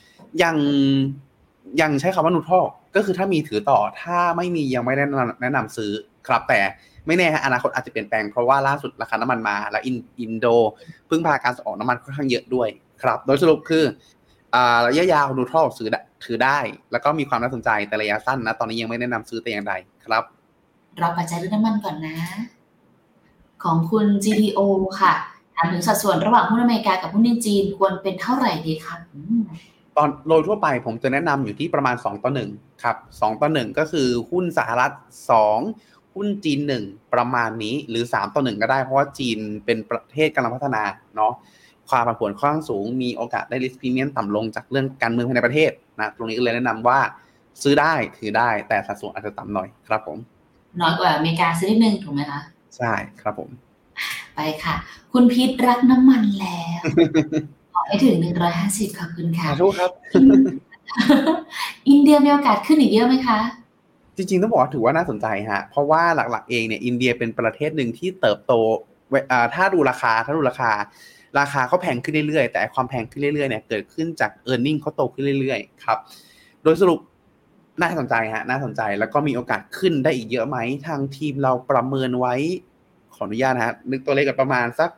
ยังใช้คำว่านูทรัลก็คือถ้ามีถือต่อถ้าไม่มียังไม่ได้แนะนำซื้อครับแต่ไม่แน่อนาคตอาจจะเปลี่ยนแปลงเพราะว่าล่าสุดราคาน้ำมันมาและอินโดพึ่งพาการส่งออกน้ำมันค่อนข้างเยอะด้วยครับโดยสรุปคือระยะยาวนูทรัลถือได้แล้วก็มีความน่าสนใจแต่ระยะสั้นนะตอนนี้ยังไม่แนะนำซื้อแต่อย่างใดครับเราปัจจัยเรื่องน้ำมันก่อนนะของคุณ GDO ค่ะถามถึงสัดส่วนระหว่างหุ้นอเมริกากับหุ้นจีนควรเป็นเท่าไหร่ดีครับตอนโดยทั่วไปผมจะแนะนำอยู่ที่ประมาณ2-1ครับ2-1ก็คือหุ้นสหรัฐ2หุ้นจีน1ประมาณนี้หรือ3-1ก็ได้เพราะว่าจีนเป็นประเทศกำลังพัฒนาเนาะความผันผวนค่อนข้างสูงมีโอกาสได้ risk premium ต่ำลงจากเรื่องการเมืองภายในประเทศนะตรงนี้ก็เลยแนะนำว่าซื้อได้ถือได้แต่สัดส่วนอาจจะต่ำหน่อยครับผมน้อยกว่าอเมริกาซื้อนิดนึงถูกไหมคะใช่ครับผมไปค่ะคุณพีทรักน้ำมันแล้วขอให้ถึง150ขอบคุณค่ะขอโทษครับอินเดียมีโอกาสขึ้นอีกเยอะไหมคะจริงๆต้องบอกว่าถือว่าน่าสนใจฮะเพราะว่าหลักๆเองเนี่ยอินเดียเป็นประเทศหนึ่งที่เติบโตถ้าดูราคาเขาแพงขึ้นเรื่อยๆแต่ความแพงขึ้นเรื่อยๆเนี่ยเกิดขึ้นจาก earning เขาโตขึ้นเรื่อยๆครับโดยสรุปน่าสนใจฮะน่าสนใจแล้วก็มีโอกาสขึ้นได้อีกเยอะไหมทางทีมเราประเมินไว้ขออนุญาตนะฮะนึกตัวเลขกันประมาณสัก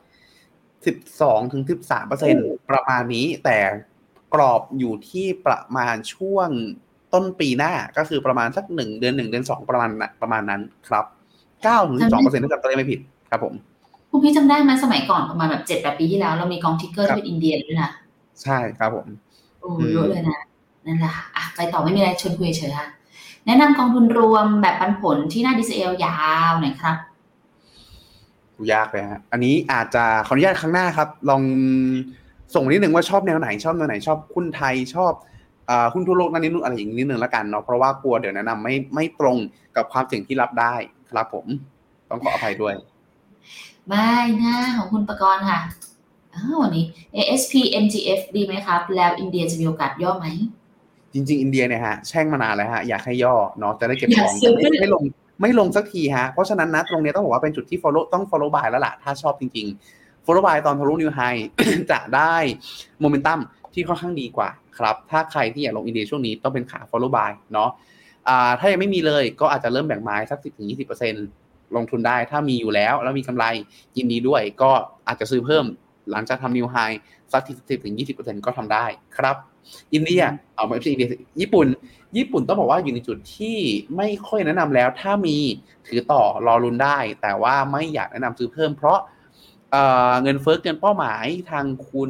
12-13% ประมาณนี้แต่กรอบอยู่ที่ประมาณช่วงต้นปีหน้าก็คือประมาณสัก1 เดือน 1 เดือน 2ประมาณนั้นครับ 9-12% ถ้าจำตัวเลขไม่ผิดครับผมคุณพี่จำได้ไหมสมัยก่อนประมาณแบบ7-8 ปีที่แล้วเรามีกองทิกเกอร์ที่เป็นอินเดียด้วยนะใช่ครับผมเยอะเลยนะนั่นแหละค่ะไปต่อไม่มีอะไรชวนคุยเฉยค่ะแนะนำกองทุนรวมแบบปันผลที่หน้า DCL ยาวหน่อยครับยากเลยฮะอันนี้อาจจะขออนุญาตครั้งหน้าครับลองส่งนิดนึงว่าชอบแนวไหนชอบหุ้นไทยชอบหุ้นทั่วโลกนั่นนี่นู่นอะไรอย่างนี้นิดนึงแล้วกันเนาะเพราะว่ากลัวเดี๋ยวแนะนำไม่ตรงกับความเสี่ยงที่รับได้ครับผมต้องขออภัยด้วยไม่นะของคุณประกรณ์ค่ะวันนี้ ASP MGF ดีไหมครับแล้วอินเดียจะมีโอกาสย่อไหมจริงๆอินเดียเนี่ยฮะแช่งมานานแล้วฮะอยากให้ย่อเนาะจะได้เก็บของแต่ไม่ลงสักทีฮะเพราะฉะนั้นนะตรงนี้ต้องบอกว่าเป็นจุดที่ follow buy แล้วล่ะถ้าชอบจริงๆ follow buy ตอนทะลุ new high จะได้โมเมนตัมที่ค่อนข้างดีกว่าครับถ้าใครที่อยากลงอินเดียช่วงนี้ต้องเป็นขา follow buy เนาะถ้ายังไม่มีเลยก็อาจจะเริ่มแบ่งไม้สัก 10-20% ลงทุนได้ถ้ามีอยู่แล้วมีกำไรยินดีด้วยก็อาจจะซื้อเพิ่มหลังจากทำ new high สัก 10-20% ก็ทำได้ครับอินเดียไม่ใช่อินเดียญี่ปุ่นต้องบอกว่าอยู่ในจุดที่ไม่ค่อยแนะนำแล้วถ้ามีถือต่อรอลุ้นได้แต่ว่าไม่อยากแนะนำซื้อเพิ่มเพราะเงินเฟ้อเกินเป้าหมายทางคุณ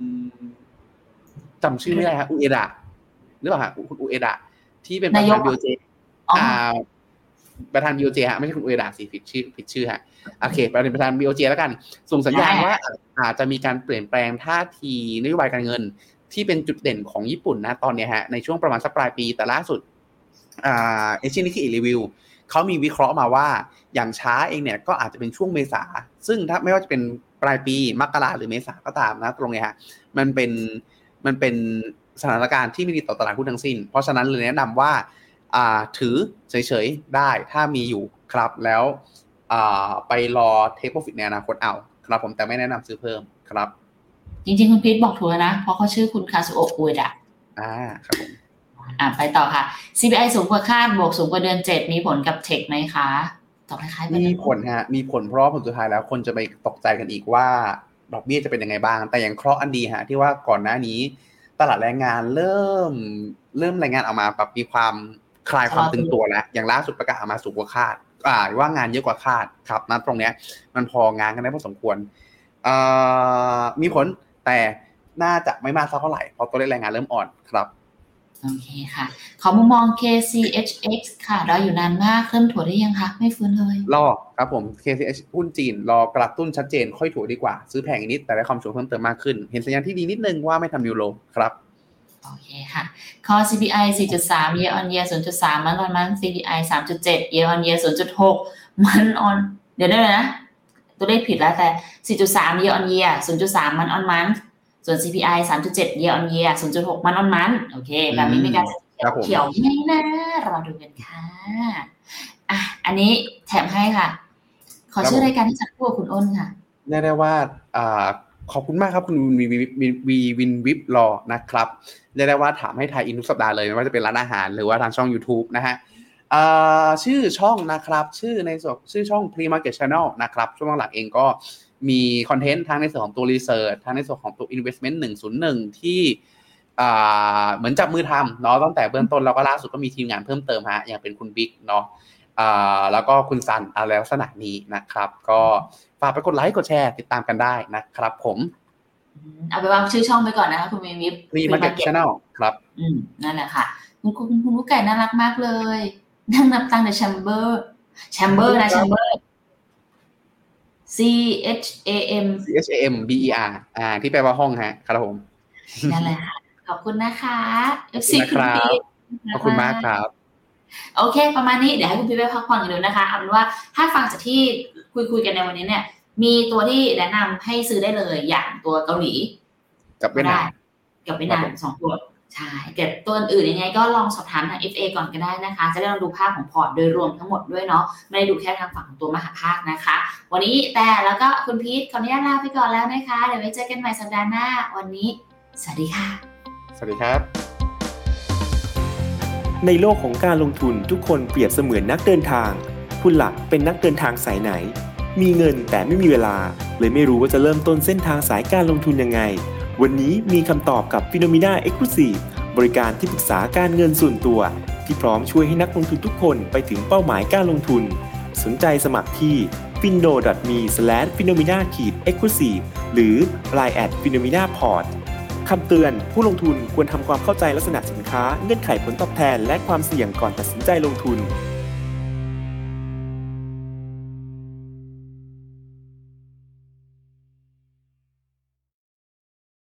จำชื่อไม่ได้ฮะอุเอดะหรือเปล่าฮะคุณอุเอดะที่เป็นประธาน BOJ ประธาน BOJ ฮะไม่ใช่คุณอุเอดะสิผิดชื่อฮะโอเคเป็นประธาน BOJ แล้วกันส่งสัญญาณว่าอาจจะมีการเปลี่ยนแปลงท่าทีนโยบายการเงินที่เป็นจุดเด่นของญี่ปุ่นนะตอนนี้ฮะในช่วงประมาณสักปลายปีแต่ล่าสุดเอเชียนิกเกิรีวิวเขามีวิเคราะห์มาว่าอย่างช้าเองเนี่ยก็อาจจะเป็นช่วงเมษาซึ่งถ้าไม่ว่าจะเป็นปลายปีมกราหรือเมษาก็ตามนะตรงนี้ฮะมันเป็นสถานการณ์ที่ไม่ดีต่อตลาดหุ้นทั้งสิ้นเพราะฉะนั้นเลยแนะนำว่าถือเฉยๆได้ถ้ามีอยู่ครับแล้วไปรอเทคโปรฟิตในอนาคตเอาครับผมแต่ไม่แนะนำซื้อเพิ่มครับจริงๆคุณพีทบอกถูกนะเพราะเขาชื่อคุณคาซุโอะอุเอดะครับผมไปต่อค่ะ CPI สูงกว่าคาดบวกสูงกว่าเดือน7มีผลกับเทคไหมคะตอบคล้ายๆมีผลฮะมีผลเพราะผลสุดท้ายแล้วคนจะไปตกใจกันอีกว่าดอกเบี้ยจะเป็นยังไงบ้างแต่อย่างเคราะห์อันดีฮะที่ว่าก่อนหน้านี้ตลาดแรงงานเริ่มรายงานออกมาแบบมีความคลายความตึงตัวแล้วอย่างล่าสุดประกาศออกมาสูงกว่าคาดว่างานเยอะกว่าคาดครับนั้นตรงเนี้ยมันพองานกันได้พอสมควรมีผลแต่น่าจะไม่มากเท่าไหร่เพราะตัวเลขแรงงานเริ่มอ่อนครับโอเคค่ะขอมุมมอง KCHX ค่ะรออยู่นานมากเคลื่อนถั่วได้ยังคะไม่ฟื้นเลยรอครับผม KCH หุ้นจีนรอกระตุ้นชัดเจนค่อยถูดีกว่าซื้อแพงอีกนิดแต่ได้ความชัวร์เพิ่มเติมมากขึ้นเห็นสัญญาณที่ดีนิดนึงว่าไม่ทำนิวโลครับโอเคค่ะ Core CPI 4.3 year on year 0.3 month on month CPI 3.7 year on year 0.6 month on เดี๋ยวได้เลยนะตัวเลขผิดแล้วแต่ 4.3 year on year 0.3 month on month ส่วน CPI 3.7 year on year 0.6 month on month โอเคแบบนี้มีการเขียวไม่น่ารอดูกันค่ะอ่ะอันนี้แถมให้ค่ะขอชื่อรายการที่จัดคู่กับคุณอ้นค่ะเรียกได้ว่าขอบคุณมากครับคุณวีวินวิปรอนะครับเรียกได้ว่าถามให้ทายอินทุกสัปดาห์เลยไม่ว่าจะเป็นร้านอาหารหรือว่าทางช่อง YouTube นะฮะชื่อช่องนะครับชื่อช่อง Pre-Market Channel นะครับช่วงหลังเองก็มีคอนเทนต์ทั้งในส่วนของตัว Research ทั้งในส่วนของตัว Investment 101ที่เหมือนจับมือทำเนาะตั้งแต่เบื้องต้นแล้วก็ล่าสุดก็มีทีมงานเพิ่มเติมฮะอย่างเป็นคุณบิ๊กเนาะแล้วก็คุณซันอะไรลักษณะนี้นะครับก็ฝากไปกดไลค์กดแชร์ติดตามกันได้นะครับผมเอาไปวางชื่อช่องไปก่อนนะคะคุณเมวิป Pre-Market Channel ครับนั่นแหลูกไก่น่ารักมากเลยนั่งนับตังค์ในแชมเบอร์นะแชมเบอร์ CHAM BER ที่แปลว่าห้องฮะครับผมนั่นแหละค่ะขอบคุณนะคะ FC ขอบคุณมากครับโอเคประมาณนี้เดี๋ยวให้คุณพี่ไปพักผ่อนกันดูนะคะเอาเป็นว่าถ้าฟังจากที่คุยกันในวันนี้เนี่ยมีตัวที่แนะนำให้ซื้อได้เลยอย่างตัวเกาหลีกับเวียดนาม 2ตัวใช่แต่ตัวอื่นยังไงก็ลองสอบถามทาง FA ก่อนก็ได้นะคะจะได้ลองดูภาพของพอร์ตโดยรวมทั้งหมดด้วยเนาะไม่ได้ดูแค่ทางฝั่งของตัวมหาภาคนะคะวันนี้แต่แล้วก็คุณพีทขออนุญาตลาไปก่อนแล้วนะคะเดี๋ยวไว้เจอกันใหม่สัปดาห์หน้าวันนี้สวัสดีค่ะสวัสดีครับในโลกของการลงทุนทุกคนเปรียบเสมือนนักเดินทางคุณล่ะเป็นนักเดินทางสายไหนมีเงินแต่ไม่มีเวลาเลยไม่รู้ว่าจะเริ่มต้นเส้นทางสายการลงทุนยังไงวันนี้มีคำตอบกับ Phenomena Exclusive บริการที่ปรึกษาการเงินส่วนตัวที่พร้อมช่วยให้นักลงทุนทุกคนไปถึงเป้าหมายการลงทุนสนใจสมัครที่ findo.me/phenomena-exclusive หรือ line@phenomenaport คำเตือนผู้ลงทุนควรทำความเข้าใจลักษณะสินค้าเงื่อนไขผลตอบแทนและความเสี่ยงก่อนตัดสินใจลงทุน